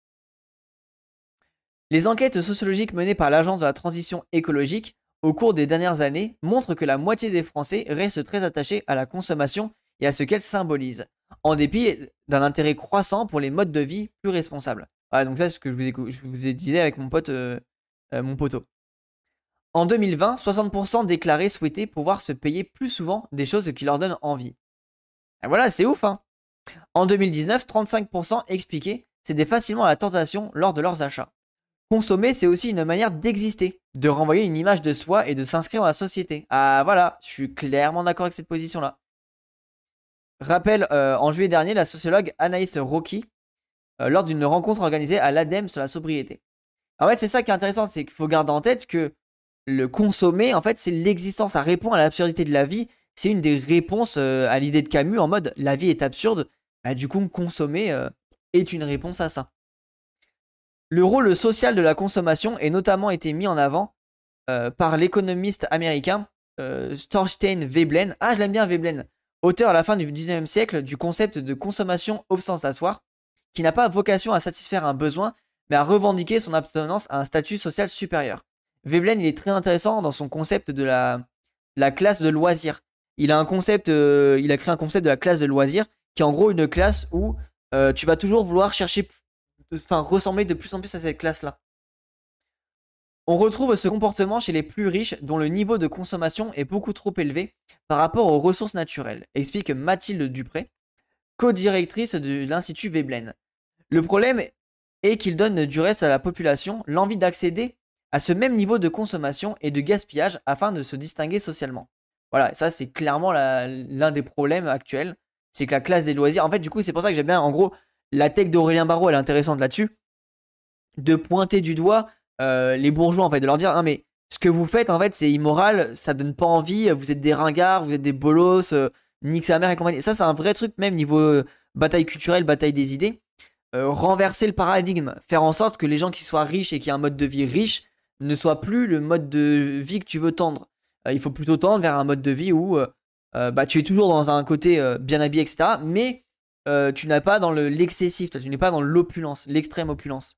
Speaker 1: Les enquêtes sociologiques menées par l'Agence de la transition écologique au cours des dernières années montrent que la moitié des Français restent très attachés à la consommation et à ce qu'elle symbolise, en dépit d'un intérêt croissant pour les modes de vie plus responsables. Voilà, donc ça, c'est ce que je vous ai dit avec mon pote, mon poteau. En 2020, 60% déclaraient souhaiter pouvoir se payer plus souvent des choses qui leur donnent envie. Et voilà, c'est ouf, hein. En 2019, 35% expliquaient céder facilement à la tentation lors de leurs achats. Consommer, c'est aussi une manière d'exister, de renvoyer une image de soi et de s'inscrire dans la société. Ah voilà, je suis clairement d'accord avec cette position-là. Rappel, en juillet dernier, la sociologue Anaïs Rocky, lors d'une rencontre organisée à l'ADEME sur la sobriété. En fait, c'est ça qui est intéressant, c'est qu'il faut garder en tête que le consommer, en fait, c'est l'existence, ça répond à l'absurdité de la vie. C'est une des réponses à l'idée de Camus en mode la vie est absurde. Bah, du coup, consommer est une réponse à ça. Le rôle social de la consommation est notamment été mis en avant par l'économiste américain Thorstein Veblen. Ah, je l'aime bien Veblen. Auteur à la fin du 19e siècle du concept de consommation ostentatoire, qui n'a pas vocation à satisfaire un besoin, mais à revendiquer son appartenance à un statut social supérieur. Veblen, il est très intéressant dans son concept de la classe de loisirs. Il a créé un concept de la classe de loisirs, qui est en gros une classe où tu vas toujours vouloir chercher, enfin ressembler de plus en plus à cette classe-là. On retrouve ce comportement chez les plus riches dont le niveau de consommation est beaucoup trop élevé par rapport aux ressources naturelles, explique Mathilde Dupré, co-directrice de l'Institut Veblen. Le problème est qu'il donne du reste à la population l'envie d'accéder à ce même niveau de consommation et de gaspillage afin de se distinguer socialement. Voilà, ça c'est clairement l'un des problèmes actuels, c'est que la classe des loisirs, en fait du coup c'est pour ça que j'aime bien, en gros, la tech d'Aurélien Barraud elle est intéressante là-dessus, de pointer du doigt les bourgeois en fait, de leur dire non mais ce que vous faites en fait c'est immoral, ça donne pas envie, vous êtes des ringards, vous êtes des bolos, nique sa mère et compagnie. Ça c'est un vrai truc même niveau bataille culturelle, bataille des idées. Renverser le paradigme, faire en sorte que les gens qui soient riches et qui aient un mode de vie riche ne soient plus le mode de vie que tu veux tendre. Il faut plutôt tendre vers un mode de vie où bah, tu es toujours dans un côté bien habillé, etc. Mais tu n'as pas dans l'excessif, tu n'es pas dans l'opulence, l'extrême opulence.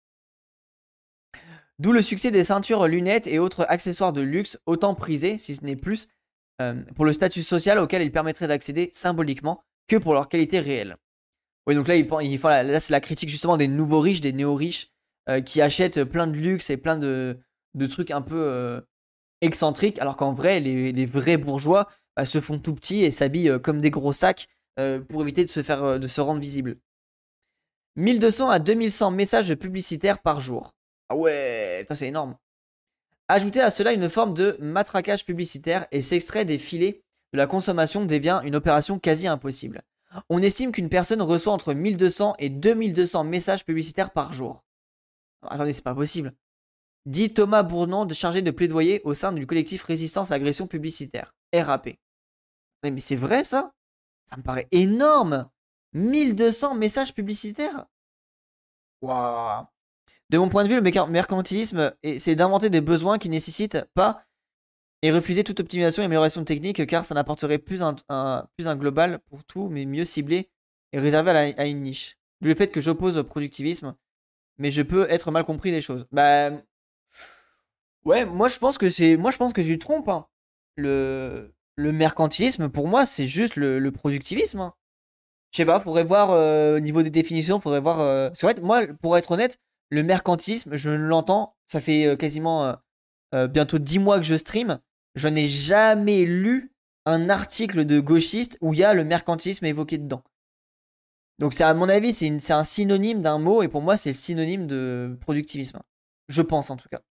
Speaker 1: D'où le succès des ceintures, lunettes et autres accessoires de luxe, autant prisés, si ce n'est plus, pour le statut social auquel ils permettraient d'accéder symboliquement que pour leur qualité réelle. Oui, donc là, là c'est la critique justement des nouveaux riches, des néo-riches, qui achètent plein de luxe et plein de trucs un peu excentriques, alors qu'en vrai, les vrais bourgeois se font tout petits et s'habillent comme des gros sacs pour éviter de se rendre visibles. 1200 à 2100 messages publicitaires par jour. Ah ouais, putain, c'est énorme. Ajouter à cela une forme de matraquage publicitaire et s'extrait des filets de la consommation devient une opération quasi impossible. On estime qu'une personne reçoit entre 1200 et 2200 messages publicitaires par jour. Attendez, c'est pas possible. Dit Thomas Bournon, chargé de plaidoyer au sein du collectif Résistance à l'agression publicitaire, RAP. Mais c'est vrai ça? Ça me paraît énorme. 1200 messages publicitaires? Waouh. De mon point de vue, le mercantilisme, c'est d'inventer des besoins qui nécessitent pas et refuser toute optimisation et amélioration technique car ça n'apporterait plus un global pour tout, mais mieux ciblé et réservé à une niche. D'où le fait que j'oppose au productivisme, mais je peux être mal compris des choses. Bah ouais, moi je pense que tu te trompes. Hein. Le mercantilisme, pour moi, c'est juste le productivisme. Hein. Je sais pas, faudrait voir au niveau des définitions, faudrait voir. C'est vrai, moi, pour être honnête, le mercantilisme, je l'entends. Ça fait quasiment bientôt 10 mois que je stream. Je n'ai jamais lu un article de gauchiste où il y a le mercantilisme évoqué dedans. Donc, c'est à mon avis, c'est un synonyme d'un mot et pour moi, c'est le synonyme de productivisme. Je pense en tout cas.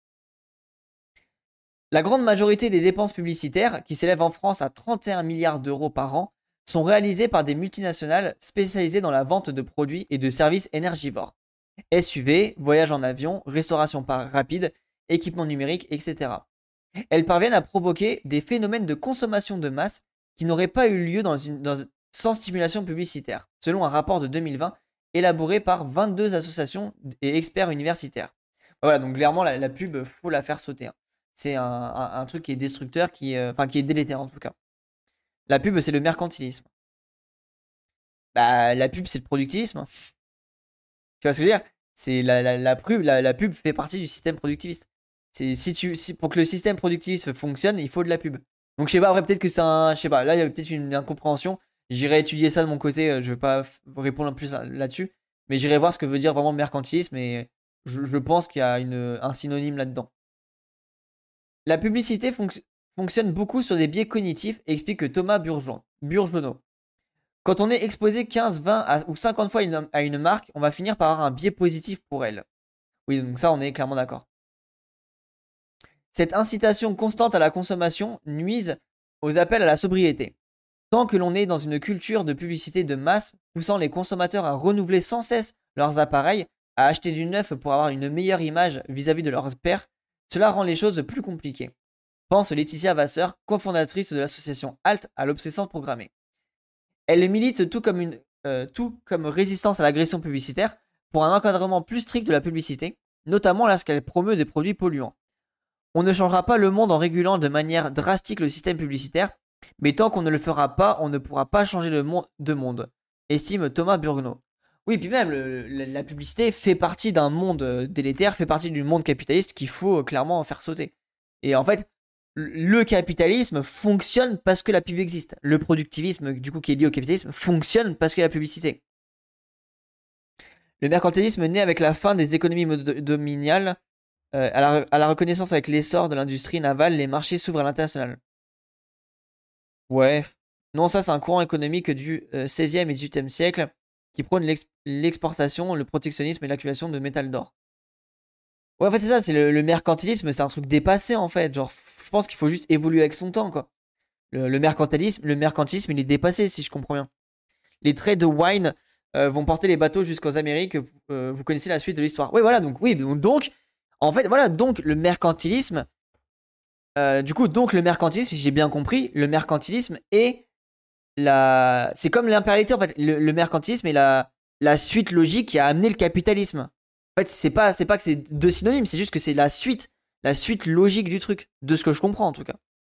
Speaker 1: La grande majorité des dépenses publicitaires, qui s'élèvent en France à 31 milliards d'euros par an, sont réalisées par des multinationales spécialisées dans la vente de produits et de services énergivores. SUV, voyage en avion, restauration rapide, équipement numérique, etc. Elles parviennent à provoquer des phénomènes de consommation de masse qui n'auraient pas eu lieu sans stimulation publicitaire, selon un rapport de 2020 élaboré par 22 associations et experts universitaires. Voilà, donc clairement, la pub, faut la faire sauter, hein. C'est un truc qui est destructeur, qui est délétère en tout cas. La pub, c'est le mercantilisme. Bah, la pub, c'est le productivisme. Tu vois ce que je veux dire? C'est la pub fait partie du système productiviste. Pour que le système productiviste fonctionne, il faut de la pub. Donc je sais pas, après peut-être que c'est un. Je sais pas, là il y a peut-être une incompréhension. J'irai étudier ça de mon côté, je vais pas répondre plus là-dessus. Mais j'irai voir ce que veut dire vraiment mercantilisme et je pense qu'il y a un synonyme là-dedans. La publicité fonctionne beaucoup sur des biais cognitifs, explique Thomas Burgeonneau. Quand on est exposé 15, 20 ou 50 fois à une marque, on va finir par avoir un biais positif pour elle. Oui, donc ça, on est clairement d'accord. Cette incitation constante à la consommation nuise aux appels à la sobriété. Tant que l'on est dans une culture de publicité de masse, poussant les consommateurs à renouveler sans cesse leurs appareils, à acheter du neuf pour avoir une meilleure image vis-à-vis de leurs pairs, cela rend les choses plus compliquées. Pense Laetitia Vasseur, cofondatrice de l'association HALT à l'obsolescence programmée. Elle milite tout comme résistance à l'agression publicitaire pour un encadrement plus strict de la publicité, notamment lorsqu'elle promeut des produits polluants. On ne changera pas le monde en régulant de manière drastique le système publicitaire, mais tant qu'on ne le fera pas, on ne pourra pas changer le monde, estime Thomas Burgeonneau. Oui, puis même, la publicité fait partie d'un monde délétère, fait partie du monde capitaliste qu'il faut clairement faire sauter. Et en fait, le capitalisme fonctionne parce que la pub existe. Le productivisme, du coup, qui est lié au capitalisme, fonctionne parce qu'il y a la publicité. Le mercantilisme naît avec la fin des économies domaniales. À la reconnaissance avec l'essor de l'industrie navale, les marchés s'ouvrent à l'international. Ouais. Non, ça, c'est un courant économique du 16e et 18e siècle qui prône l'exportation, le protectionnisme et l'accumulation de métal d'or. Ouais, en fait, c'est ça, c'est le mercantilisme, c'est un truc dépassé, en fait. Genre, je pense qu'il faut juste évoluer avec son temps, quoi. Le mercantilisme, il est dépassé, si je comprends bien. Les traits de wine vont porter les bateaux jusqu'aux Amériques. Vous connaissez la suite de l'histoire. Oui, voilà, donc, en fait, voilà, donc le mercantilisme. Donc le mercantilisme, si j'ai bien compris, le mercantilisme est c'est comme l'impérialité, en fait. Le mercantilisme est la suite logique qui a amené le capitalisme. En fait, c'est pas que c'est deux synonymes, c'est juste que c'est la suite logique du truc, de ce que je comprends en tout cas.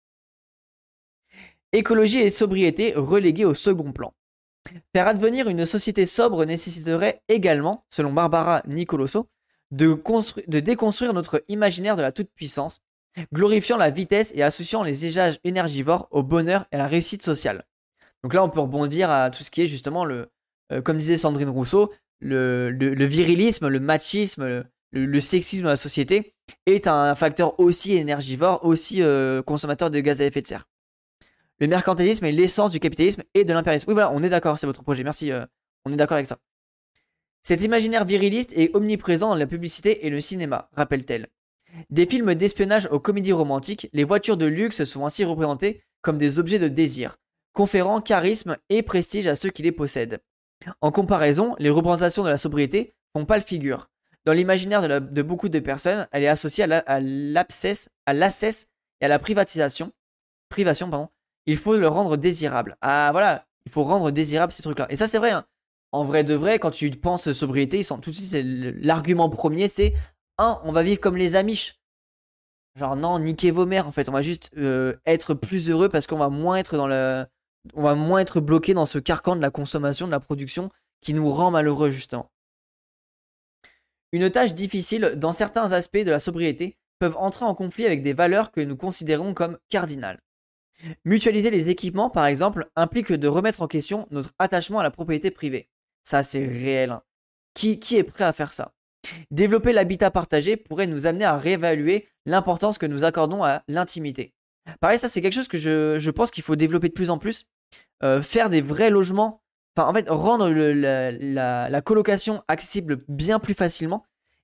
Speaker 1: Écologie et sobriété reléguées au second plan. Faire advenir une société sobre nécessiterait également, selon Barbara Nicoloso, de déconstruire notre imaginaire de la toute-puissance, glorifiant la vitesse et associant les usages énergivores au bonheur et à la réussite sociale. Donc là, on peut rebondir à tout ce qui est justement, comme disait Sandrine Rousseau, le virilisme, le machisme, le sexisme de la société est un facteur aussi énergivore, aussi consommateur de gaz à effet de serre. Le mercantilisme est l'essence du capitalisme et de l'impérialisme. Oui, voilà, on est d'accord, c'est votre projet. Merci, on est d'accord avec ça. Cet imaginaire viriliste est omniprésent dans la publicité et le cinéma, rappelle-t-elle. Des films d'espionnage aux comédies romantiques, les voitures de luxe sont ainsi représentées comme des objets de désir, conférant charisme et prestige à ceux qui les possèdent. En comparaison, les représentations de la sobriété font pâle figure. Dans l'imaginaire de beaucoup de personnes, elle est associée à l'accès et à la privation. Il faut le rendre désirable. Ah voilà, il faut rendre désirable ces trucs-là. Et ça, c'est vrai, hein. En vrai de vrai, quand tu penses sobriété, tout de suite, l'argument premier, c'est on va vivre comme les Amish. Genre, non, niquez vos mères, en fait. On va juste être plus heureux parce qu'on va moins être on va moins être bloqué dans ce carcan de la consommation, de la production, qui nous rend malheureux, justement. Une tâche difficile dans certains aspects de la sobriété peuvent entrer en conflit avec des valeurs que nous considérons comme cardinales. Mutualiser les équipements, par exemple, implique de remettre en question notre attachement à la propriété privée. Ça, c'est réel, hein. Qui est prêt à faire ça? Développer l'habitat partagé pourrait nous amener à réévaluer l'importance que nous accordons à l'intimité. Pareil, ça, c'est quelque chose que je pense qu'il faut développer de plus en plus. Faire des vrais logements, enfin, en fait, rendre la colocation accessible bien plus facilement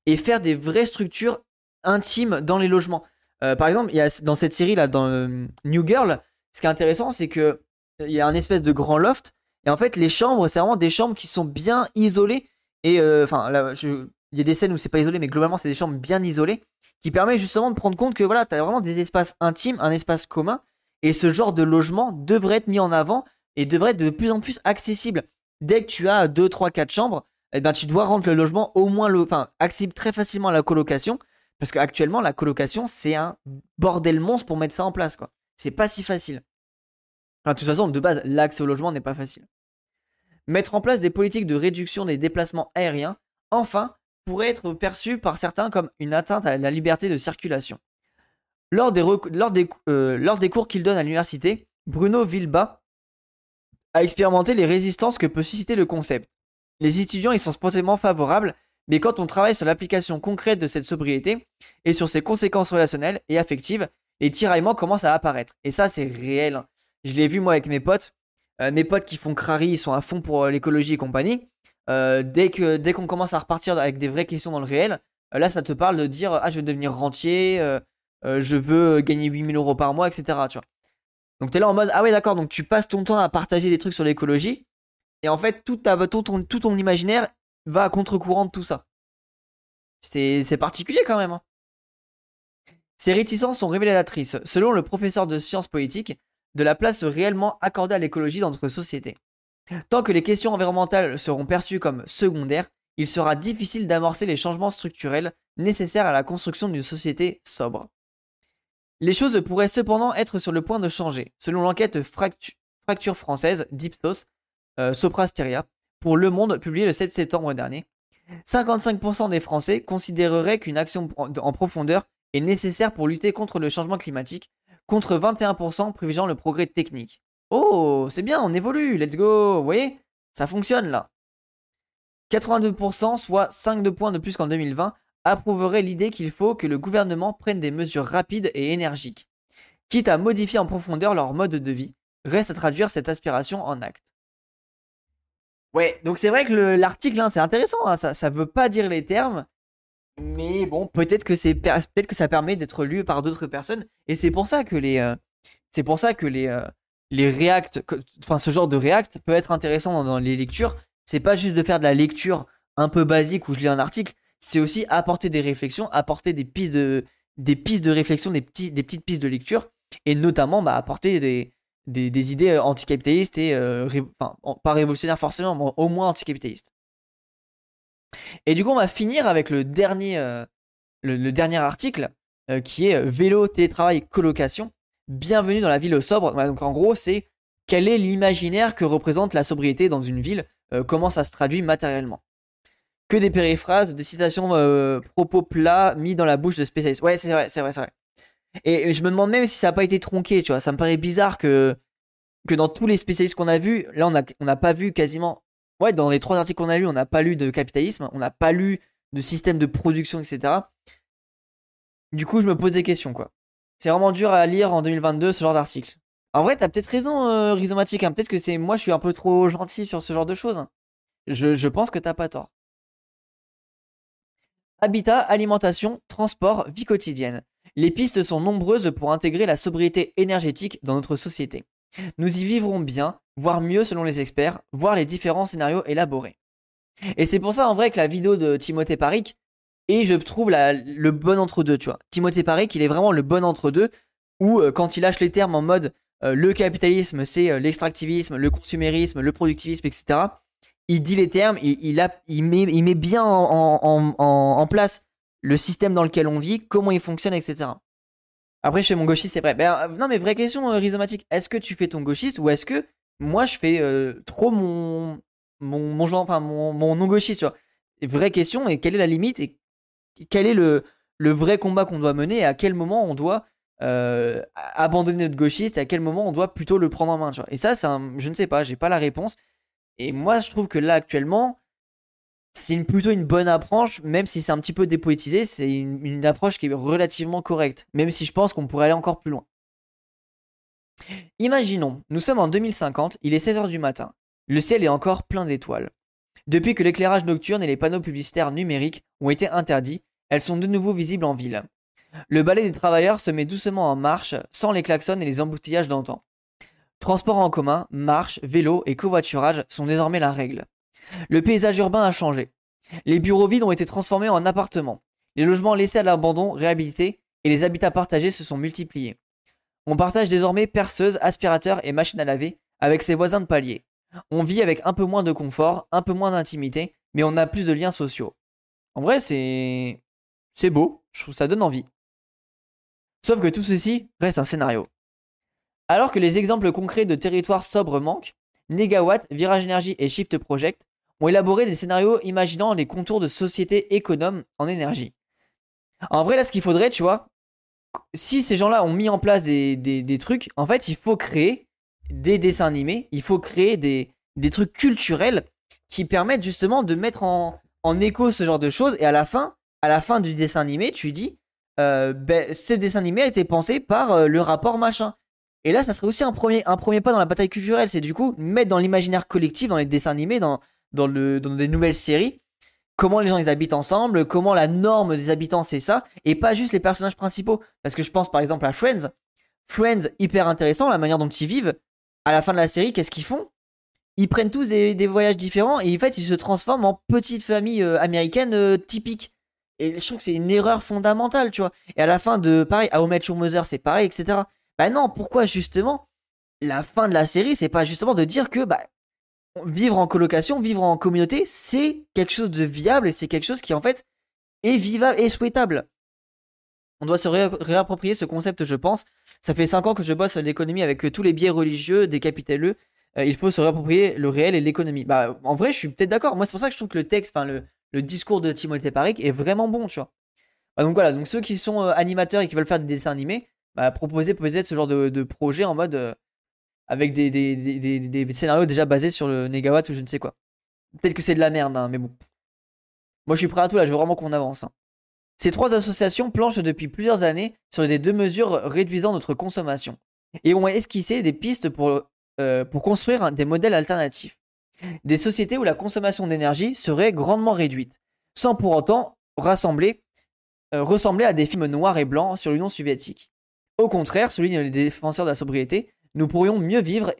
Speaker 1: et faire des vraies structures intimes dans les logements. Par exemple, il y a dans cette série là, dans New Girl, ce qui est intéressant, c'est que il y a un espèce de grand loft et en fait les chambres, c'est vraiment des chambres qui sont bien isolées et enfin là, il y a des scènes où c'est pas isolé, mais globalement c'est des chambres bien isolées qui permet justement de prendre compte que voilà, t'as vraiment des espaces intimes, un espace commun et ce genre de logement devrait être mis en avant et devrait être de plus en plus accessible. Dès que tu as 2, 3, 4 chambres, eh ben, tu dois rendre le logement au moins accessible très facilement à la colocation. Parce qu'actuellement, la colocation, c'est un bordel monstre pour mettre ça en place, quoi. C'est pas si facile. Enfin, de toute façon, de base, l'accès au logement n'est pas facile. Mettre en place des politiques de réduction des déplacements aériens, enfin, pourrait être perçu par certains comme une atteinte à la liberté de circulation. Lors des cours qu'il donne à l'université, Bruno Vilba a expérimenté les résistances que peut susciter le concept. Les étudiants y sont spontanément favorables, mais quand on travaille sur l'application concrète de cette sobriété et sur ses conséquences relationnelles et affectives, les tiraillements commencent à apparaître. Et ça, c'est réel. Je l'ai vu moi avec mes potes. Mes potes qui font crari, ils sont à fond pour l'écologie et compagnie. Dès qu'on commence à repartir avec des vraies questions dans le réel, là, ça te parle de dire ah, je veux devenir rentier, je veux gagner 8 000 € par mois, etc. Tu vois. Donc, tu es là en mode ah ouais, d'accord, donc tu passes ton temps à partager des trucs sur l'écologie. Et en fait, tout ton imaginaire va à contre-courant de tout ça. C'est particulier quand même. Hein. Ces réticences sont révélatrices, selon le professeur de sciences politiques, de la place réellement accordée à l'écologie dans notre société. Tant que les questions environnementales seront perçues comme secondaires, il sera difficile d'amorcer les changements structurels nécessaires à la construction d'une société sobre. Les choses pourraient cependant être sur le point de changer, selon l'enquête Fracture française d'Ipsos, Soprasteria, pour Le Monde, publiée le 7 septembre dernier. 55% des Français considéreraient qu'une action en profondeur est nécessaire pour lutter contre le changement climatique, contre 21% privilégiant le progrès technique. Oh, c'est bien, on évolue, let's go, vous voyez, ça fonctionne là. 82%, soit 5 de points de plus qu'en 2020, approuveraient l'idée qu'il faut que le gouvernement prenne des mesures rapides et énergiques, quitte à modifier en profondeur leur mode de vie. Reste à traduire cette aspiration en actes. Ouais, donc c'est vrai que l'article, hein, c'est intéressant, hein, ça veut pas dire les termes, mais bon, peut-être que ça permet d'être lu par d'autres personnes, et c'est pour ça que les React, enfin ce genre de React peut être intéressant dans les lectures. C'est pas juste de faire de la lecture un peu basique où je lis un article, c'est aussi apporter des réflexions, apporter des pistes de réflexion, des petites pistes de lecture, et notamment apporter des idées anticapitalistes et pas révolutionnaires forcément, mais au moins anticapitalistes. Et du coup, on va finir avec le dernier article qui est vélo, télétravail, colocation. Bienvenue dans la ville sobre. Donc en gros, c'est quel est l'imaginaire que représente la sobriété dans une ville, comment ça se traduit matériellement. Que des périphrases, des citations propos plats mis dans la bouche de spécialistes. Ouais, c'est vrai. Et je me demande même si ça n'a pas été tronqué, tu vois. Ça me paraît bizarre que dans tous les spécialistes qu'on a vus, là on n'a pas vu quasiment. Ouais, dans les 3 articles qu'on a lus, on n'a pas lu de capitalisme, on n'a pas lu de système de production, etc. Du coup, je me pose des questions, quoi. C'est vraiment dur à lire en 2022 ce genre d'article. En vrai, t'as peut-être raison, Rhizomatique. Hein. Peut-être que c'est moi, je suis un peu trop gentil sur ce genre de choses. Hein. Je pense que t'as pas tort. Habitat, alimentation, transport, vie quotidienne. Les pistes sont nombreuses pour intégrer la sobriété énergétique dans notre société. Nous y vivrons bien, voire mieux selon les experts, voir les différents scénarios élaborés. Et c'est pour ça en vrai que la vidéo de Timothée Paric est, je trouve, le bon entre-deux, tu vois. Timothée Paric, il est vraiment le bon entre-deux, où quand il lâche les termes en mode le capitalisme, c'est l'extractivisme, le consumérisme, le productivisme, etc. Il dit les termes, il met bien en place le système dans lequel on vit, comment il fonctionne, etc. Après, je fais mon gauchiste, c'est vrai. Non, mais vraie question, Rhizomatique. Est-ce que tu fais ton gauchiste ou est-ce que moi, je fais trop mon genre, enfin, mon non-gauchiste, tu vois. Et vraie question, et quelle est la limite et quel est le vrai combat qu'on doit mener et à quel moment on doit abandonner notre gauchiste et à quel moment on doit plutôt le prendre en main, tu vois. Et ça, je ne sais pas, j'ai pas la réponse. Et moi, je trouve que là, actuellement, c'est plutôt une bonne approche, même si c'est un petit peu dépolitisé, c'est une approche qui est relativement correcte, même si je pense qu'on pourrait aller encore plus loin. Imaginons, nous sommes en 2050, il est 7h du matin, le ciel est encore plein d'étoiles. Depuis que l'éclairage nocturne et les panneaux publicitaires numériques ont été interdits, elles sont de nouveau visibles en ville. Le balai des travailleurs se met doucement en marche, sans les klaxons et les embouteillages d'antan. Transports en commun, marche, vélo et covoiturage sont désormais la règle. Le paysage urbain a changé. Les bureaux vides ont été transformés en appartements. Les logements laissés à l'abandon réhabilités et les habitats partagés se sont multipliés. On partage désormais perceuses, aspirateurs et machines à laver avec ses voisins de palier. On vit avec un peu moins de confort, un peu moins d'intimité, mais on a plus de liens sociaux. En vrai, c'est beau, je trouve ça donne envie. Sauf que tout ceci reste un scénario. Alors que les exemples concrets de territoires sobres manquent, Negawatt, Virage Énergie et Shift Project ont élaboré des scénarios imaginant les contours de sociétés économes en énergie. En vrai, là, ce qu'il faudrait, tu vois, si ces gens-là ont mis en place des trucs, en fait, il faut créer des dessins animés, il faut créer des trucs culturels qui permettent justement de mettre en écho ce genre de choses. Et à la fin du dessin animé, tu dis, ce dessin animé a été pensé par le rapport machin. Et là, ça serait aussi un premier pas dans la bataille culturelle. C'est du coup mettre dans l'imaginaire collectif, dans les dessins animés, dans des nouvelles séries, comment les gens ils habitent ensemble, comment la norme des habitants c'est ça, et pas juste les personnages principaux. Parce que je pense par exemple à Friends. Friends, hyper intéressant, la manière dont ils vivent. À la fin de la série, qu'est-ce qu'ils font? Ils prennent tous des voyages différents et en fait ils se transforment en petites familles américaines typiques. Et je trouve que c'est une erreur fondamentale, tu vois. Et à la fin de, pareil, How I Met Your Mother, c'est pareil, etc. Bah non, pourquoi justement la fin de la série, c'est pas justement de dire que bah, vivre en colocation, vivre en communauté, c'est quelque chose de viable et c'est quelque chose qui en fait est vivable et souhaitable. On doit se réapproprier ce concept, je pense. Ça fait 5 ans que je bosse l'économie avec tous les biais religieux des capitales. Il faut se réapproprier le réel et l'économie. Bah, en vrai, je suis peut-être d'accord. Moi, c'est pour ça que je trouve que le texte, enfin, le discours de Timothée Paric est vraiment bon, tu vois. Bah, donc voilà, donc ceux qui sont animateurs et qui veulent faire des dessins animés, bah, proposez peut-être ce genre de projet en mode avec des scénarios déjà basés sur le négawatt ou je ne sais quoi. Peut-être que c'est de la merde, hein, mais bon. Moi, je suis prêt à tout là, je veux vraiment qu'on avance, hein. Ces trois associations planchent depuis plusieurs années sur les deux mesures réduisant notre consommation et ont esquissé des pistes pour construire des modèles alternatifs. Des sociétés où la consommation d'énergie serait grandement réduite, sans pour autant ressembler à des films noirs et blancs sur l'Union soviétique. Au contraire, soulignent les défenseurs de la sobriété, nous pourrions mieux vivre.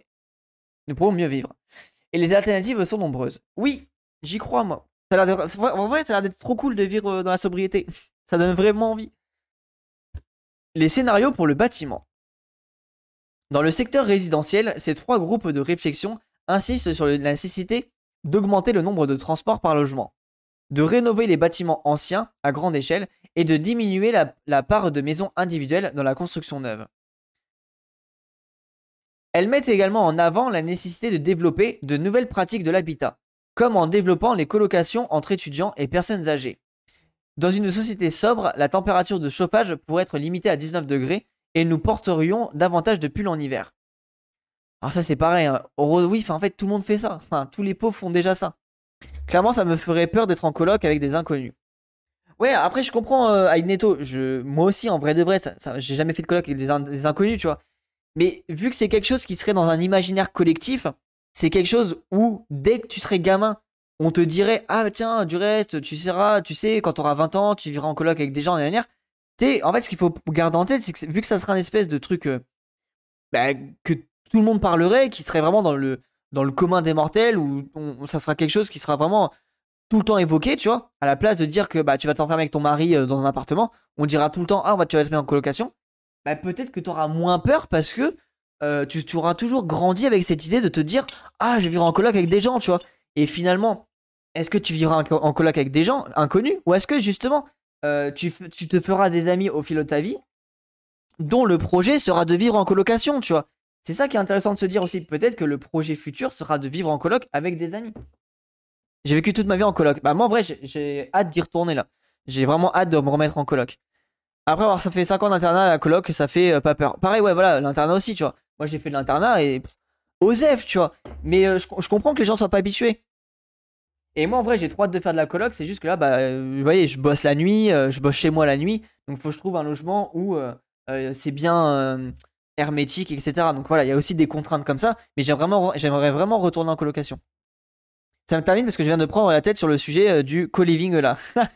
Speaker 1: Et les alternatives sont nombreuses. Oui, j'y crois, moi. En vrai, ça a l'air d'être trop cool de vivre dans la sobriété. Ça donne vraiment envie. Les scénarios pour le bâtiment. Dans le secteur résidentiel, ces trois groupes de réflexion insistent sur la nécessité d'augmenter le nombre de transports par logement, de rénover les bâtiments anciens à grande échelle et de diminuer la part de maisons individuelles dans la construction neuve. Elles mettent également en avant la nécessité de développer de nouvelles pratiques de l'habitat, comme en développant les colocations entre étudiants et personnes âgées. Dans une société sobre, la température de chauffage pourrait être limitée à 19 degrés et nous porterions davantage de pulls en hiver. Alors ça c'est pareil, hein. Oui, en fait tout le monde fait ça, enfin tous les pauvres font déjà ça. Clairement ça me ferait peur d'être en coloc avec des inconnus. Ouais, après je comprends Aïneto, moi aussi en vrai de vrai, j'ai jamais fait de coloc avec des inconnus, tu vois. Mais vu que c'est quelque chose qui serait dans un imaginaire collectif, c'est quelque chose où dès que tu serais gamin, on te dirait ah tiens du reste tu sais quand t'auras 20 ans tu vivras en coloc avec des gens derrière. En fait ce qu'il faut garder en tête c'est que vu que ça serait un espèce de truc que tout le monde parlerait, qui serait vraiment dans le commun des mortels, où ça sera quelque chose qui sera vraiment tout le temps évoqué, tu vois, à la place de dire que bah, tu vas t'enfermer avec ton mari dans un appartement, on dira tout le temps ah tu vas te mettre en colocation. Bah, peut-être que tu auras moins peur parce que tu auras toujours grandi avec cette idée de te dire ah je vais vivre en coloc avec des gens, tu vois. Et finalement, est-ce que tu vivras en coloc avec des gens inconnus ou est-ce que justement tu te feras des amis au fil de ta vie dont le projet sera de vivre en colocation, tu vois. C'est ça qui est intéressant de se dire aussi. Peut-être que le projet futur sera de vivre en coloc avec des amis. J'ai vécu toute ma vie en coloc. Bah moi en vrai j'ai hâte d'y retourner là. J'ai vraiment hâte de me remettre en coloc. Après alors ça fait 5 ans d'internat à la coloc et ça fait pas peur. Pareil ouais voilà l'internat aussi tu vois. Moi j'ai fait de l'internat et osef tu vois. Mais je comprends que les gens soient pas habitués. Et moi en vrai j'ai trop hâte de faire de la coloc. C'est juste que là bah vous voyez je bosse la nuit, je bosse chez moi la nuit. Donc faut que je trouve un logement où c'est bien hermétique etc. Donc voilà il y a aussi des contraintes comme ça. Mais j'aimerais vraiment retourner en colocation. Ça me termine parce que je viens de prendre la tête sur le sujet du co-living là.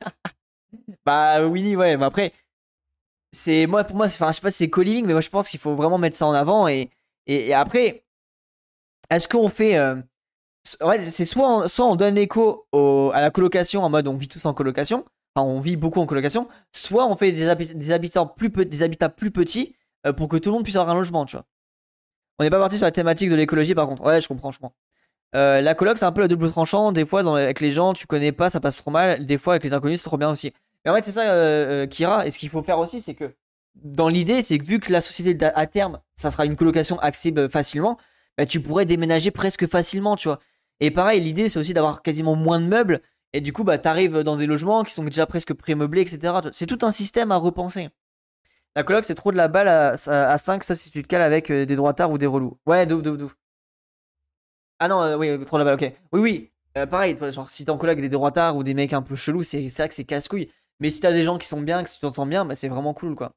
Speaker 1: Bah Winnie, ouais, bah après, c'est moi pour moi, enfin je sais pas si c'est co-living, mais moi je pense qu'il faut vraiment mettre ça en avant et après, est-ce qu'on fait ouais, c'est soit on donne écho à la colocation en mode on vit tous en colocation, enfin on vit beaucoup en colocation, soit on fait des habitants des habitats plus petits pour que tout le monde puisse avoir un logement, tu vois. On n'est pas parti sur la thématique de l'écologie par contre. Ouais, je comprends, je comprends. La coloc, c'est un peu le double tranchant. Des fois, avec les gens, tu connais pas, ça passe trop mal. Des fois, avec les inconnus, c'est trop bien aussi. Mais en fait, c'est ça, Kira. Et ce qu'il faut faire aussi, c'est que dans l'idée, c'est que vu que la société à terme, ça sera une colocation accessible facilement, bah, tu pourrais déménager presque facilement, tu vois. Et pareil, l'idée, c'est aussi d'avoir quasiment moins de meubles. Et du coup, bah, t'arrives dans des logements qui sont déjà presque pré-meublés, etc. C'est tout un système à repenser. La coloc, c'est trop de la balle à 5, sauf si tu te cales avec des droitards ou des relous. Ouais, douf, douf, douf. Ah non, oui, trop la balle, ok. Oui, oui. Pareil, toi, genre, si t'es en coloc avec des droitards ou des mecs un peu chelous, c'est vrai que c'est casse-couille. Mais si t'as des gens qui sont bien, que si tu t'entends bien, bah, c'est vraiment cool, quoi.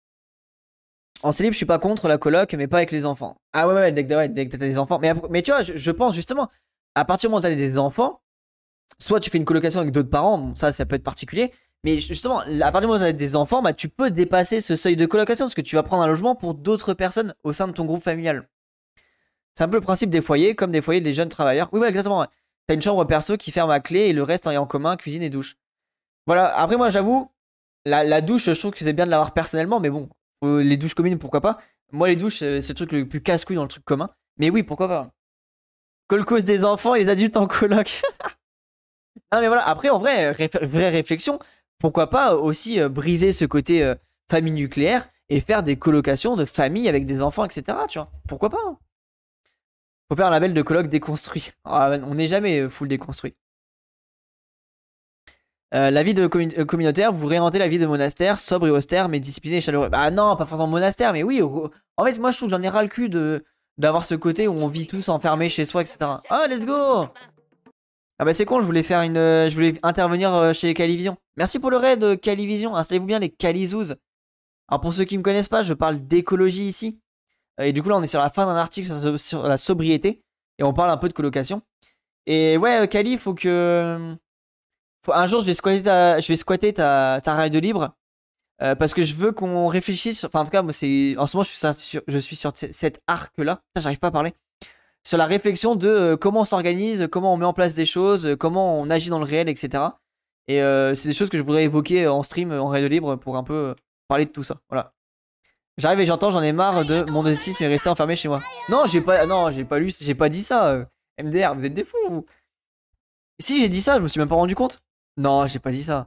Speaker 1: En célib, je suis pas contre la coloc, mais pas avec les enfants. Ah ouais, dès que t'as des enfants. Mais tu vois, je pense justement, à partir du moment où t'as des enfants, soit tu fais une colocation avec d'autres parents, bon, ça peut être particulier. Mais justement, à partir du moment où t'as des enfants, bah, tu peux dépasser ce seuil de colocation parce que tu vas prendre un logement pour d'autres personnes au sein de ton groupe familial. C'est un peu le principe des foyers, comme des foyers des jeunes travailleurs. Oui, voilà, exactement. Ouais. T'as une chambre perso qui ferme à clé et le reste est en commun, cuisine et douche. Voilà, après, moi, j'avoue, la douche, je trouve que c'est bien de l'avoir personnellement, mais bon, les douches communes, pourquoi pas. Moi, les douches, c'est le truc le plus casse-couille dans le truc commun. Mais oui, pourquoi pas. Colcos des enfants et les adultes en coloc. Non, mais voilà, après, en vrai, vraie réflexion, pourquoi pas aussi briser ce côté famille nucléaire et faire des colocations de famille avec des enfants, etc. Tu vois, pourquoi pas, hein. Faut faire un label de coloc déconstruit. Ah, on n'est jamais full déconstruit. La vie de communautaire, vous réinventez la vie de monastère, sobre et austère, mais discipliné et chaleureux. Bah non, pas forcément monastère, mais oui. En fait, moi je trouve que j'en ai ras le cul d'avoir ce côté où on vit tous enfermés chez soi, etc. Ah, let's go! Ah bah c'est con, je voulais faire je voulais intervenir chez Calivision. Merci pour le raid, Calivision. Installez-vous bien les Calizouz. Alors pour ceux qui me connaissent pas, je parle d'écologie ici. Et du coup là on est sur la fin d'un article sur la sobriété. Et on parle un peu de colocation. Et ouais, Cali, un jour je vais squatter ta raid de libre. Parce que je veux qu'on réfléchisse. Enfin en tout cas, moi c'est. En ce moment je suis sur cet arc-là. J'arrive pas à parler. Sur la réflexion de comment on s'organise, comment on met en place des choses, comment on agit dans le réel, etc. Et c'est des choses que je voudrais évoquer en stream, en raid libre, pour un peu parler de tout ça. Voilà. J'arrive et j'en ai marre de mon autisme et rester enfermé chez moi. Non, j'ai pas lu, j'ai pas dit ça. MDR, vous êtes des fous. Vous. Si, j'ai dit ça, je me suis même pas rendu compte. Non, j'ai pas dit ça.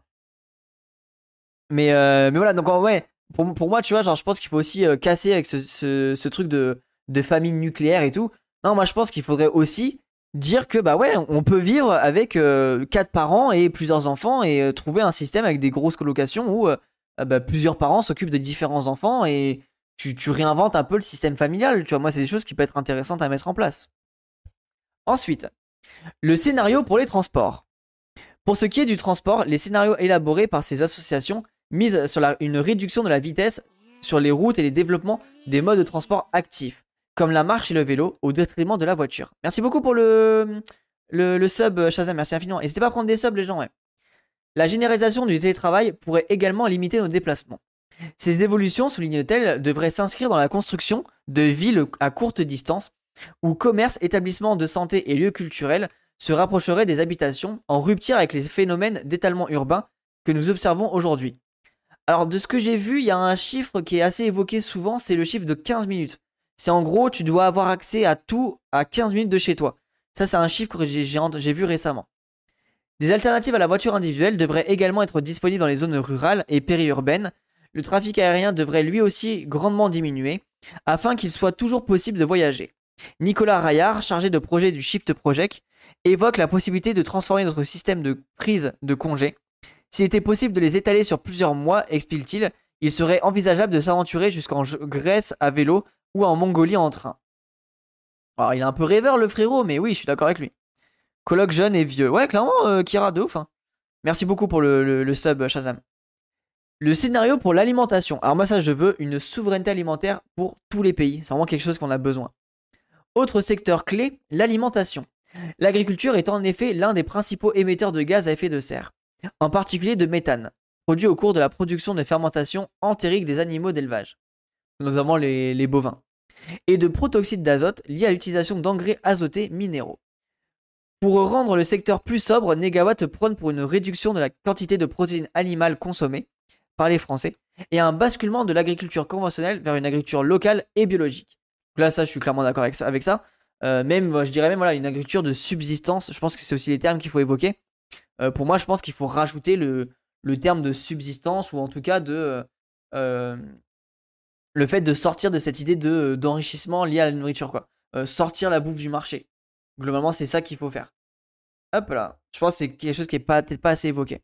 Speaker 1: Mais voilà, donc ouais, pour moi, tu vois, genre, je pense qu'il faut aussi casser avec ce truc de famille nucléaire et tout. Non, moi, je pense qu'il faudrait aussi dire que, bah ouais, on peut vivre avec 4 parents et plusieurs enfants et trouver un système avec des grosses colocations où bah, plusieurs parents s'occupent de différents enfants et tu réinventes un peu le système familial. Tu vois, moi, c'est des choses qui peuvent être intéressantes à mettre en place. Ensuite, le scénario pour les transports. Pour ce qui est du transport, les scénarios élaborés par ces associations misent sur une réduction de la vitesse sur les routes et les développements des modes de transport actifs, comme la marche et le vélo, au détriment de la voiture. Merci beaucoup pour le sub, Shazam, merci infiniment. N'hésitez pas à prendre des subs, les gens, ouais. La généralisation du télétravail pourrait également limiter nos déplacements. Ces évolutions, souligne-t-elle, devraient s'inscrire dans la construction de villes à courte distance, où commerces, établissements de santé et lieux culturels se rapprocheraient des habitations en rupture avec les phénomènes d'étalement urbain que nous observons aujourd'hui. Alors de ce que j'ai vu, il y a un chiffre qui est assez évoqué souvent, c'est le chiffre de 15 minutes. C'est en gros, tu dois avoir accès à tout à 15 minutes de chez toi. Ça, c'est un chiffre que j'ai vu récemment. Des alternatives à la voiture individuelle devraient également être disponibles dans les zones rurales et périurbaines. Le trafic aérien devrait lui aussi grandement diminuer afin qu'il soit toujours possible de voyager. Nicolas Raillard, chargé de projet du Shift Project, évoque la possibilité de transformer notre système de prise de congés. S'il était possible de les étaler sur plusieurs mois, explique-t-il, il serait envisageable de s'aventurer jusqu'en Grèce à vélo ou en Mongolie en train. Alors il est un peu rêveur le frérot, mais oui, je suis d'accord avec lui. Coloc jeune et vieux. Ouais, clairement, Kira, de ouf. Hein. Merci beaucoup pour le sub, Shazam. Le scénario pour l'alimentation. Alors moi ça, je veux une souveraineté alimentaire pour tous les pays. C'est vraiment quelque chose qu'on a besoin. Autre secteur clé, l'alimentation. L'agriculture est en effet l'un des principaux émetteurs de gaz à effet de serre, en particulier de méthane, produit au cours de la production de fermentation entérique des animaux d'élevage, notamment les bovins, et de protoxyde d'azote lié à l'utilisation d'engrais azotés minéraux. Pour rendre le secteur plus sobre, Negawatt prône pour une réduction de la quantité de protéines animales consommées par les Français et un basculement de l'agriculture conventionnelle vers une agriculture locale et biologique. Là, ça, je suis clairement d'accord avec ça. Même, je dirais même voilà, une agriculture de subsistance. Je pense que c'est aussi les termes qu'il faut évoquer. Pour moi, je pense qu'il faut rajouter le terme de subsistance ou en tout cas le fait de sortir de cette idée d'enrichissement lié à la nourriture, quoi. Sortir la bouffe du marché. Globalement, c'est ça qu'il faut faire. Hop là. Je pense que c'est quelque chose qui est peut-être pas assez évoqué.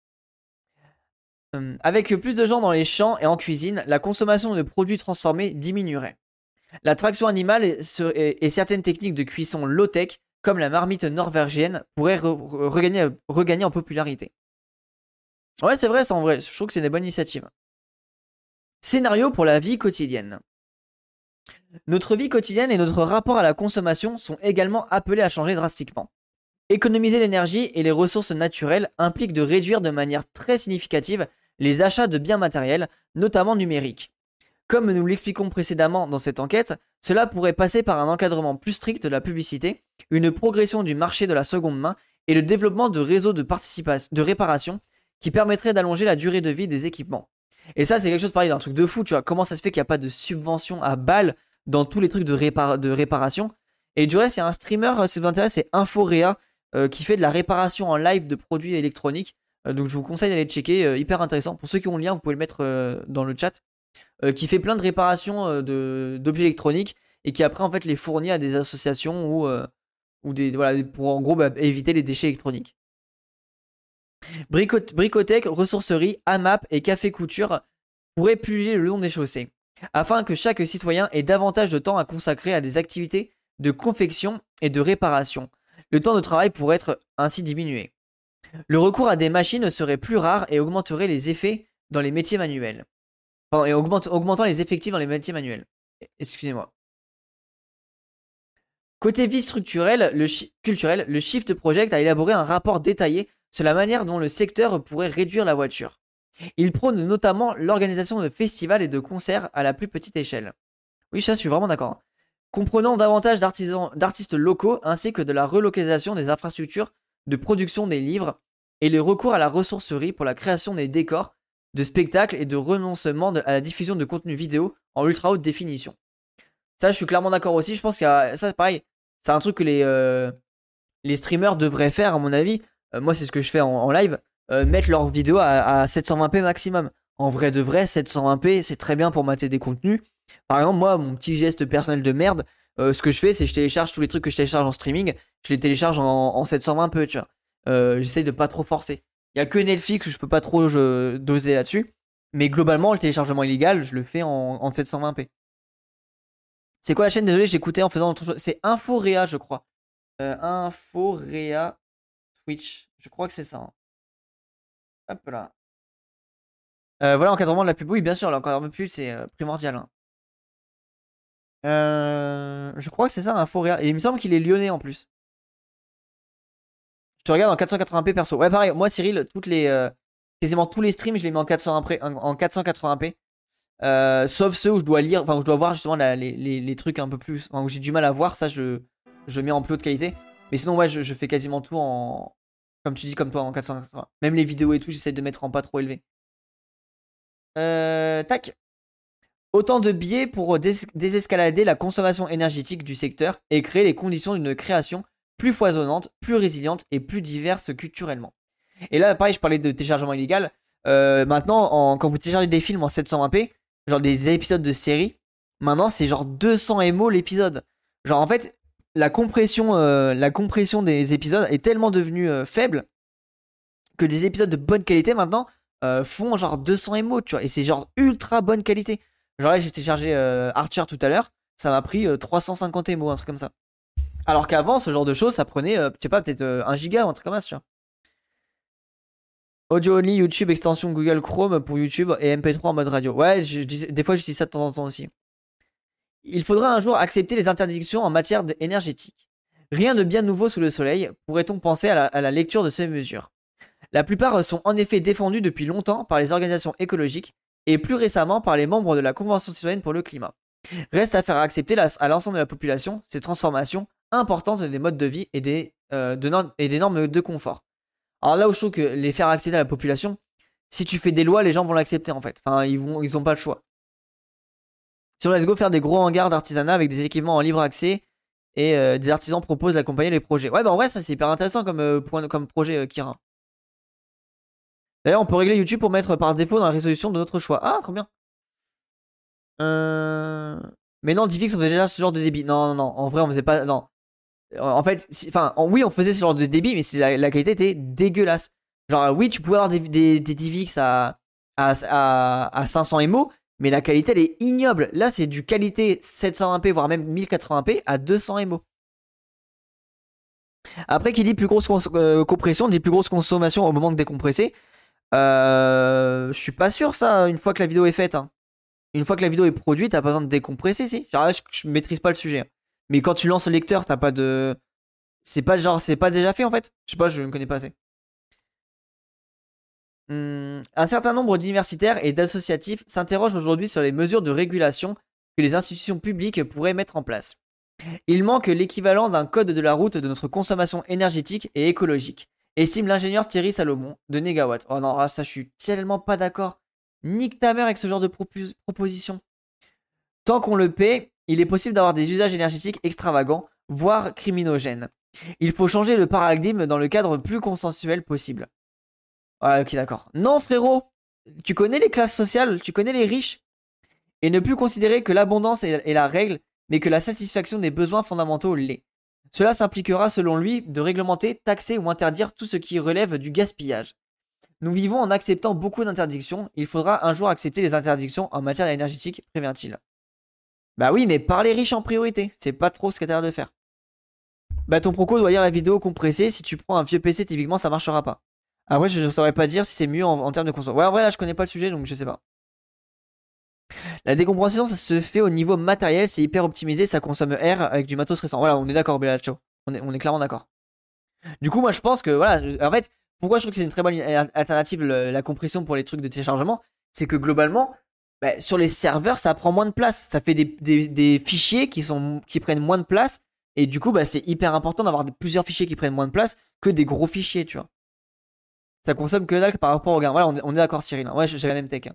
Speaker 1: Avec plus de gens dans les champs et en cuisine, la consommation de produits transformés diminuerait. La traction animale et certaines techniques de cuisson low-tech, comme la marmite norvégienne, pourraient regagner en popularité. Ouais, c'est vrai, ça en vrai. Je trouve que c'est une bonne initiative. Scénario pour la vie quotidienne. Notre vie quotidienne et notre rapport à la consommation sont également appelés à changer drastiquement. Économiser l'énergie et les ressources naturelles implique de réduire de manière très significative les achats de biens matériels, notamment numériques. Comme nous l'expliquons précédemment dans cette enquête, cela pourrait passer par un encadrement plus strict de la publicité, une progression du marché de la seconde main et le développement de réseaux de réparation qui permettraient d'allonger la durée de vie des équipements. Et ça, c'est quelque chose pareil, d'un truc de fou, tu vois. Comment ça se fait qu'il n'y a pas de subvention à balles dans tous les trucs de réparation? Et du reste, il y a un streamer, si vous intéresse, c'est Inforea, qui fait de la réparation en live de produits électroniques. Donc je vous conseille d'aller checker, hyper intéressant. Pour ceux qui ont le lien, vous pouvez le mettre dans le chat. Qui fait plein de réparations d'objets électroniques et qui après en fait les fournit à des associations ou voilà, pour en gros éviter les déchets électroniques. Bricotech, ressourcerie, AMAP et café couture pourraient pulluler le long des chaussées, afin que chaque citoyen ait davantage de temps à consacrer à des activités de confection et de réparation. Le temps de travail pourrait être ainsi diminué. Le recours à des machines serait plus rare et augmenterait les effets dans les métiers manuels. Pardon, et augmentant les effectifs dans les métiers manuels. Excusez-moi. Côté vie culturelle, le Shift Project a élaboré un rapport détaillé sur la manière dont le secteur pourrait réduire la voiture. Il prône notamment l'organisation de festivals et de concerts à la plus petite échelle. Oui, ça, je suis vraiment d'accord. Comprenant davantage d'artistes locaux ainsi que de la relocalisation des infrastructures de production des livres et le recours à la ressourcerie pour la création des décors, de spectacles et de renoncement à la diffusion de contenu vidéo en ultra haute définition. Ça, je suis clairement d'accord aussi. Je pense que ça, c'est pareil. C'est un truc que les streamers devraient faire, à mon avis. Moi, c'est ce que je fais en live. Mettre leurs vidéos à 720p maximum. En vrai de vrai, 720p, c'est très bien pour mater des contenus. Par exemple, moi, mon petit geste personnel de merde, ce que je fais, c'est que je télécharge tous les trucs que je télécharge en streaming. Je les télécharge en 720p, tu vois. J'essaye de pas trop forcer. Il y a que Netflix où je peux pas trop doser là-dessus. Mais globalement, le téléchargement illégal, je le fais en 720p. C'est quoi la chaîne? Désolé, j'écoutais en faisant autre chose. C'est Inforea, je crois. Inforea Twitch. Je crois que c'est ça. Hein. Hop là. Voilà, encadrement de la pub. Oui, bien sûr, l'encadrement de pub, c'est primordial. Hein. Je crois que c'est ça, Inforea. Et il me semble qu'il est lyonnais en plus. Je te regarde en 480p perso. Ouais, pareil. Moi, Cyril, quasiment tous les streams, je les mets en 480p. Sauf ceux où je dois lire, enfin où je dois voir justement les trucs un peu plus, enfin, où j'ai du mal à voir, ça je mets en plus haute qualité. Mais sinon ouais, je fais quasiment tout en, comme tu dis, comme toi, en 480. Même les vidéos et tout, j'essaie de mettre en pas trop élevé. Tac. Autant de biais pour désescalader la consommation énergétique du secteur et créer les conditions d'une création plus foisonnante, plus résiliente et plus diverse culturellement. Et là, pareil, je parlais de téléchargement illégal. Maintenant, quand vous téléchargez des films en 720p, genre des épisodes de série, maintenant c'est genre 200 MO l'épisode. Genre en fait, la compression des épisodes est tellement devenue faible que des épisodes de bonne qualité maintenant font genre 200 MO, tu vois. Et c'est genre ultra bonne qualité. Genre là, j'ai téléchargé Archer tout à l'heure, ça m'a pris 350 MO, un truc comme ça. Alors qu'avant, ce genre de choses, ça prenait, je sais pas, peut-être 1 giga ou un truc comme ça, tu vois. Audio only, YouTube, extension Google Chrome pour YouTube et MP3 en mode radio. Ouais, des fois j'utilise ça de temps en temps aussi. Il faudra un jour accepter les interdictions en matière énergétique. Rien de bien nouveau sous le soleil, pourrait-on penser à la lecture de ces mesures. La plupart sont en effet défendues depuis longtemps par les organisations écologiques et plus récemment par les membres de la Convention citoyenne pour le climat. Reste à faire accepter à l'ensemble de la population ces transformations importantes des modes de vie et des normes de confort. Alors là où je trouve que les faire accepter à la population, si tu fais des lois, les gens vont l'accepter en fait. Enfin, ils ont pas le choix. Sur Let's Go, faire des gros hangars d'artisanat avec des équipements en libre accès et des artisans proposent d'accompagner les projets. Ouais, bah en vrai, ça c'est hyper intéressant comme projet, Kira. D'ailleurs, on peut régler YouTube pour mettre par défaut dans la résolution de notre choix. Ah, trop bien. Mais non, Divix, on faisait déjà ce genre de débit. Non, non, non. En vrai, on faisait pas. Non. En fait, oui, on faisait ce genre de débit, mais la qualité était dégueulasse. Genre, oui, tu pouvais avoir des Divix à 500 MO, mais la qualité, elle est ignoble. Là, c'est du qualité 720p, voire même 1080p à 200 MO. Après, qui dit plus grosse compression, dit plus grosse consommation au moment de décompresser. Je suis pas sûr, ça, une fois que la vidéo est faite. Hein. Une fois que la vidéo est produite, t'as pas besoin de décompresser, si. Genre là, je maîtrise pas le sujet. Hein. Mais quand tu lances le lecteur, t'as pas de. C'est pas déjà fait en fait. Je sais pas, je ne connais pas assez. Un certain nombre d'universitaires et d'associatifs s'interrogent aujourd'hui sur les mesures de régulation que les institutions publiques pourraient mettre en place. Il manque l'équivalent d'un code de la route de notre consommation énergétique et écologique, estime l'ingénieur Thierry Salomon de Negawatt. Oh non, ça je suis tellement pas d'accord. Nique ta mère avec ce genre de proposition. Tant qu'on le paie, il est possible d'avoir des usages énergétiques extravagants, voire criminogènes. Il faut changer le paradigme dans le cadre plus consensuel possible. Ah, ok, d'accord. Non, frérot, tu connais les classes sociales, tu connais les riches. Et ne plus considérer que l'abondance est la règle, mais que la satisfaction des besoins fondamentaux l'est. Cela s'impliquera, selon lui, de réglementer, taxer ou interdire tout ce qui relève du gaspillage. Nous vivons en acceptant beaucoup d'interdictions. Il faudra un jour accepter les interdictions en matière énergétique, prévient-il. Bah oui, mais par les riches en priorité. C'est pas trop ce que t'as l'air de faire. Bah ton proco doit lire la vidéo compressée. Si tu prends un vieux PC, typiquement, ça marchera pas. Après, je ne saurais pas dire si c'est mieux en termes de consommation. Ouais, en vrai, là, je connais pas le sujet, donc je sais pas. La décompression, ça se fait au niveau matériel. C'est hyper optimisé. Ça consomme air avec du matos récent. Voilà, on est d'accord, Belacho. On est clairement d'accord. Du coup, moi, je pense que, voilà, en fait, pourquoi je trouve que c'est une très bonne alternative, la compression pour les trucs de téléchargement, c'est que globalement, bah, sur les serveurs, ça prend moins de place. Ça fait des fichiers qui prennent moins de place. Et du coup, bah, c'est hyper important d'avoir plusieurs fichiers qui prennent moins de place que des gros fichiers, tu vois. Ça consomme que dalle par rapport au gain. Voilà, on est d'accord, Cyril. Ouais, j'ai la même tech.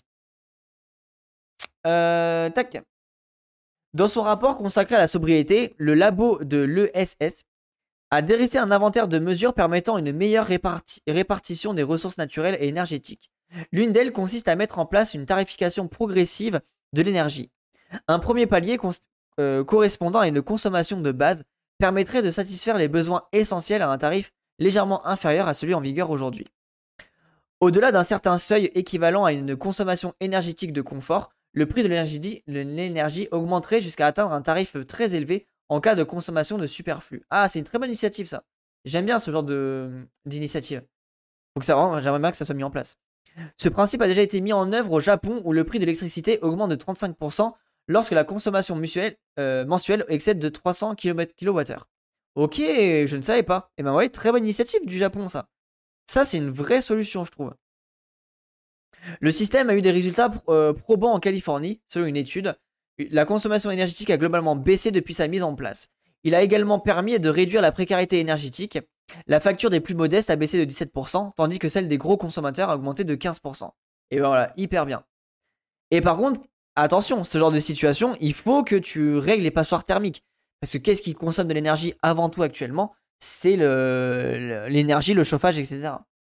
Speaker 1: Tac. Dans son rapport consacré à la sobriété, le labo de l'ESS a dressé un inventaire de mesures permettant une meilleure répartition des ressources naturelles et énergétiques. L'une d'elles consiste à mettre en place une tarification progressive de l'énergie. Un premier palier correspondant à une consommation de base permettrait de satisfaire les besoins essentiels à un tarif légèrement inférieur à celui en vigueur aujourd'hui. Au-delà d'un certain seuil équivalent à une consommation énergétique de confort, le prix de l'énergie augmenterait jusqu'à atteindre un tarif très élevé en cas de consommation de superflu. Ah, c'est une très bonne initiative ça. J'aime bien ce genre d'initiative. Donc j'aimerais bien que ça soit mis en place. Ce principe a déjà été mis en œuvre au Japon où le prix de l'électricité augmente de 35% lorsque la consommation mensuelle excède de 300 kWh. Ok, je ne savais pas. Et ben ouais, très bonne initiative du Japon ça. Ça c'est une vraie solution je trouve. Le système a eu des résultats probants en Californie, selon une étude. La consommation énergétique a globalement baissé depuis sa mise en place. Il a également permis de réduire la précarité énergétique. La facture des plus modestes a baissé de 17%, tandis que celle des gros consommateurs a augmenté de 15%. Et ben voilà, hyper bien. Et par contre, attention, ce genre de situation, il faut que tu règles les passoires thermiques. Parce que qu'est-ce qui consomme de l'énergie avant tout actuellement? C'est l'énergie, le chauffage, etc.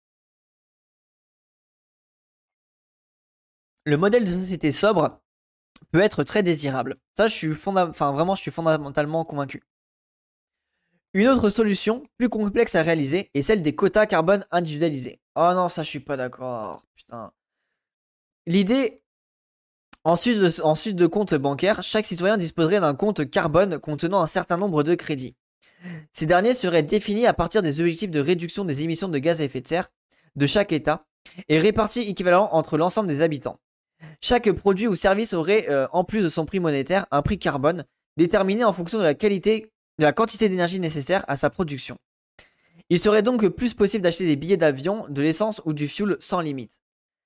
Speaker 1: Le modèle de société sobre peut être très désirable. Ça, je suis fondamentalement convaincu. Une autre solution, plus complexe à réaliser, est celle des quotas carbone individualisés. Oh non, ça, je suis pas d'accord. Putain. L'idée, en sus de compte bancaire, chaque citoyen disposerait d'un compte carbone contenant un certain nombre de crédits. Ces derniers seraient définis à partir des objectifs de réduction des émissions de gaz à effet de serre de chaque État et répartis équivalent entre l'ensemble des habitants. Chaque produit ou service aurait, en plus de son prix monétaire, un prix carbone déterminé en fonction de la qualité de la quantité d'énergie nécessaire à sa production. Il serait donc plus possible d'acheter des billets d'avion, de l'essence ou du fuel sans limite.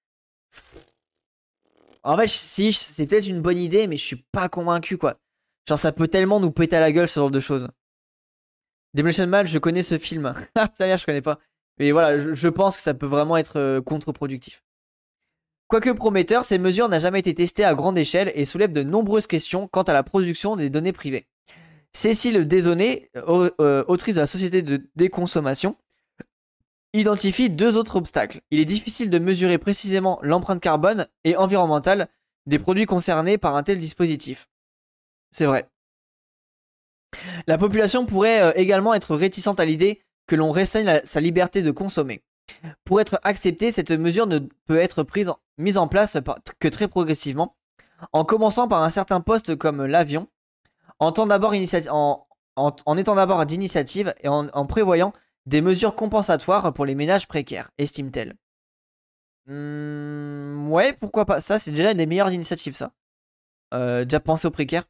Speaker 1: En fait, si, c'est peut-être une bonne idée, mais je suis pas convaincu, quoi. Genre, ça peut tellement nous péter à la gueule, ce genre de choses. Demolition Man, je connais ce film. Ah, putain, je connais pas. Mais voilà, je pense que ça peut vraiment être contre-productif. Quoique prometteur, ces mesures n'ont jamais été testées à grande échelle et soulèvent de nombreuses questions quant à la production des données privées. Cécile Desaunay, autrice de la Société de déconsommation, identifie deux autres obstacles. Il est difficile de mesurer précisément l'empreinte carbone et environnementale des produits concernés par un tel dispositif. C'est vrai. La population pourrait également être réticente à l'idée que l'on restreigne sa liberté de consommer. Pour être acceptée, cette mesure ne peut être mise en place que très progressivement, en commençant par un certain poste comme l'avion, en étant d'abord d'initiative et en prévoyant des mesures compensatoires pour les ménages précaires, estime-t-elle. Ouais, pourquoi pas. Ça, c'est déjà une des meilleures initiatives, ça. Déjà pensé aux précaires.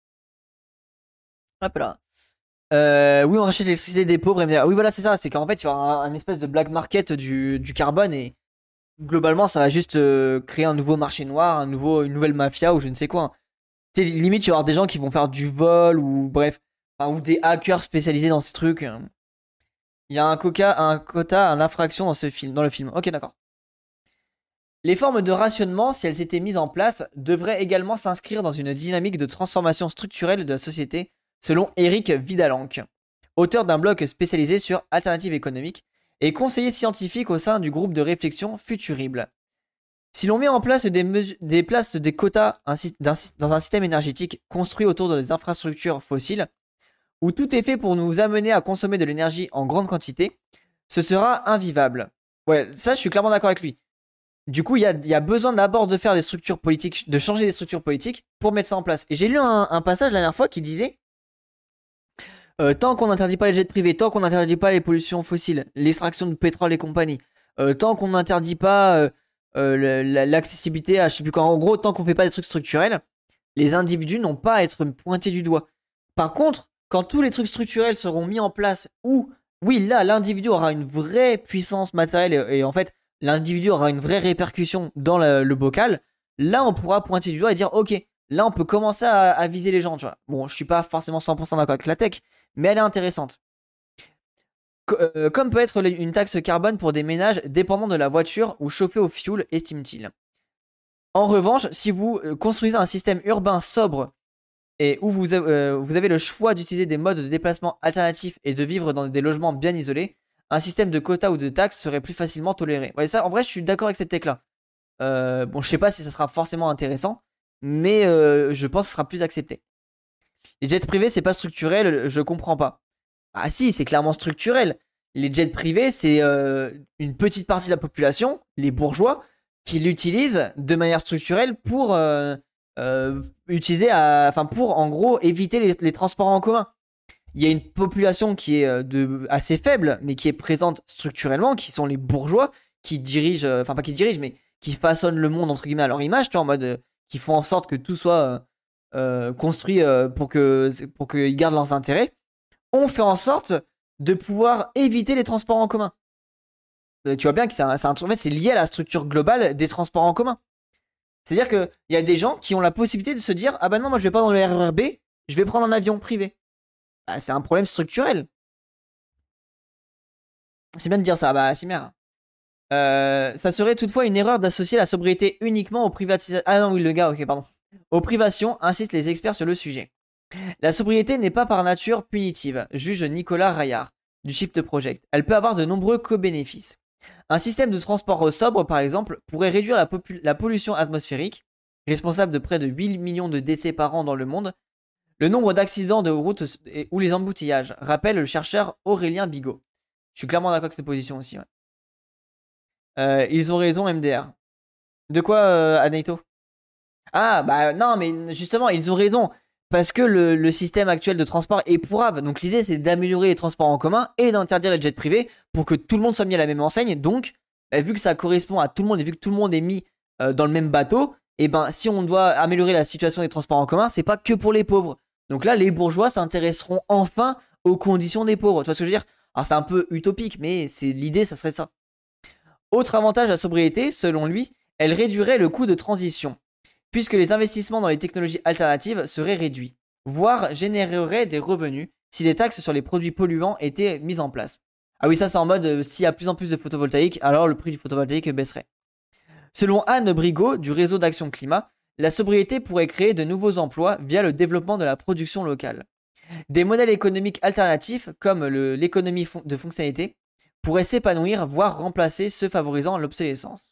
Speaker 1: Hop là. Oui, on rachète l'électricité des pauvres. Oui, voilà, c'est ça. C'est qu'en fait, il y aura un espèce de black market du carbone et globalement, ça va juste créer un nouveau marché noir, une nouvelle mafia ou je ne sais quoi. Tu sais, limite, il va y avoir des gens qui vont faire du vol ou bref, enfin, ou des hackers spécialisés dans ces trucs. Il y a un quota, une infraction dans le film. Ok, d'accord. Les formes de rationnement, si elles étaient mises en place, devraient également s'inscrire dans une dynamique de transformation structurelle de la société, selon Eric Vidalanque, auteur d'un blog spécialisé sur alternatives économiques et conseiller scientifique au sein du groupe de réflexion Futurible. Si l'on met en place des quotas dans un système énergétique construit autour des infrastructures fossiles, où tout est fait pour nous amener à consommer de l'énergie en grande quantité, ce sera invivable. Ouais, ça je suis clairement d'accord avec lui. Du coup, il y a besoin d'abord de faire des structures politiques, de changer des structures politiques pour mettre ça en place. Et j'ai lu un passage la dernière fois qui disait tant qu'on n'interdit pas les jets privés, tant qu'on n'interdit pas les pollutions fossiles, l'extraction de pétrole et compagnie, tant qu'on n'interdit pas l'accessibilité à je sais plus quoi, en gros, tant qu'on fait pas des trucs structurels, les individus n'ont pas à être pointés du doigt. Par contre, quand tous les trucs structurels seront mis en place, où, oui, là, l'individu aura une vraie puissance matérielle et en fait, l'individu aura une vraie répercussion dans le bocal, là, on pourra pointer du doigt et dire, ok, là, on peut commencer à viser les gens, tu vois. Bon, je suis pas forcément 100% d'accord avec la tech, mais elle est intéressante. Comme peut être une taxe carbone pour des ménages dépendant de la voiture ou chauffés au fioul, estime-t-il. En revanche, si vous construisez un système urbain sobre et où vous avez le choix d'utiliser des modes de déplacement alternatifs et de vivre dans des logements bien isolés, un système de quotas ou de taxes serait plus facilement toléré. Ouais, ça, en vrai, je suis d'accord avec cette tech-là. Bon, je sais pas si ça sera forcément intéressant, mais je pense que ça sera plus accepté. Les jets privés, c'est pas structurel, je comprends pas. Ah si, c'est clairement structurel. Les jets privés, c'est une petite partie de la population, les bourgeois, qui l'utilisent de manière structurelle pour pour en gros éviter les transports en commun. Il y a une population qui est assez faible, mais qui est présente structurellement, qui sont les bourgeois, qui dirigent, enfin pas qui dirigent, mais qui façonnent le monde entre guillemets à leur image, tu vois, en mode qui font en sorte que tout soit construit pour qu'ils gardent leurs intérêts. On fait en sorte de pouvoir éviter les transports en commun. Tu vois bien que en fait, c'est lié à la structure globale des transports en commun. C'est-à-dire qu'il y a des gens qui ont la possibilité de se dire ah bah non, moi je vais pas dans le RERB, je vais prendre un avion privé. Bah, c'est un problème structurel. C'est bien de dire ça, bah Cimer. Ça serait toutefois une erreur d'associer la sobriété uniquement aux privatisations. Ah non, oui, le gars, ok, pardon. Aux privations, insistent les experts sur le sujet. La sobriété n'est pas par nature punitive, juge Nicolas Raillard, du Shift Project. Elle peut avoir de nombreux co-bénéfices. Un système de transport sobre, par exemple, pourrait réduire la pollution atmosphérique, responsable de près de 8 millions de décès par an dans le monde, le nombre d'accidents de route ou les embouteillages, rappelle le chercheur Aurélien Bigot. Je suis clairement d'accord avec cette position aussi. Ouais. Ils ont raison, MDR. De quoi, Anaito? Ah, bah non, mais justement, ils ont raison. Parce que le système actuel de transport est pourrave. Donc l'idée, c'est d'améliorer les transports en commun et d'interdire les jets privés pour que tout le monde soit mis à la même enseigne. Donc, bah, vu que ça correspond à tout le monde et vu que tout le monde est mis dans le même bateau, et ben si on doit améliorer la situation des transports en commun, c'est pas que pour les pauvres. Donc là, les bourgeois s'intéresseront enfin aux conditions des pauvres. Tu vois ce que je veux dire? Alors c'est un peu utopique, mais l'idée, ça serait ça. Autre avantage à la sobriété, selon lui, elle réduirait le coût de transition, puisque les investissements dans les technologies alternatives seraient réduits, voire généreraient des revenus si des taxes sur les produits polluants étaient mises en place. Ah oui, ça c'est en mode s'il y a plus en plus de photovoltaïque, alors le prix du photovoltaïque baisserait. Selon Anne Brigaud du réseau d'action climat, la sobriété pourrait créer de nouveaux emplois via le développement de la production locale. Des modèles économiques alternatifs, comme l'économie de fonctionnalité, pourraient s'épanouir, voire remplacer ceux favorisant l'obsolescence.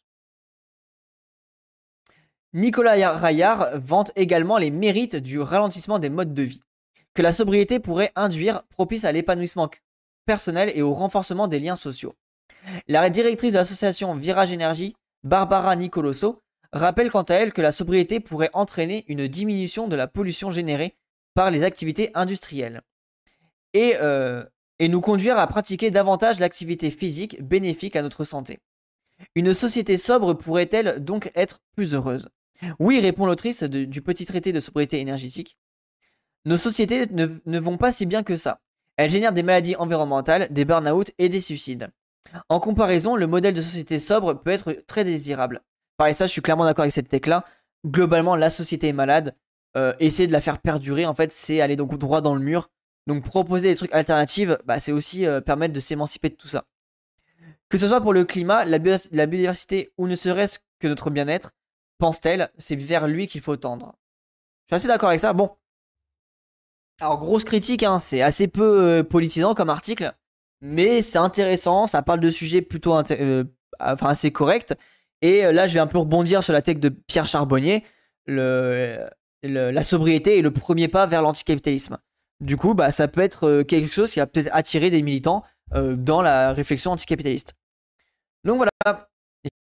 Speaker 1: Nicolas Raillard vante également les mérites du ralentissement des modes de vie, que la sobriété pourrait induire, propice à l'épanouissement personnel et au renforcement des liens sociaux. La directrice de l'association Virage Énergie, Barbara Nicoloso, rappelle quant à elle que la sobriété pourrait entraîner une diminution de la pollution générée par les activités industrielles et nous conduire à pratiquer davantage l'activité physique bénéfique à notre santé. Une société sobre pourrait-elle donc être plus heureuse? Oui, répond l'autrice du petit traité de sobriété énergétique. Nos sociétés ne vont pas si bien que ça. Elles génèrent des maladies environnementales, des burn-out et des suicides. En comparaison, le modèle de société sobre peut être très désirable. Pareil, ça, je suis clairement d'accord avec cette tech-là. Globalement, la société est malade. Essayer de la faire perdurer, en fait, c'est aller donc droit dans le mur. Donc proposer des trucs alternatifs, bah, c'est aussi permettre de s'émanciper de tout ça. Que ce soit pour le climat, la biodiversité ou ne serait-ce que notre bien-être, pense-t-elle, c'est vers lui qu'il faut tendre. Je suis assez d'accord avec ça. Bon. Alors, grosse critique, hein, c'est assez peu politisant comme article, mais c'est intéressant, ça parle de sujets plutôt assez corrects. Et là, je vais un peu rebondir sur la tech de Pierre Charbonnier. La sobriété est le premier pas vers l'anticapitalisme. Du coup, bah, ça peut être quelque chose qui va peut-être attirer des militants dans la réflexion anticapitaliste. Donc voilà,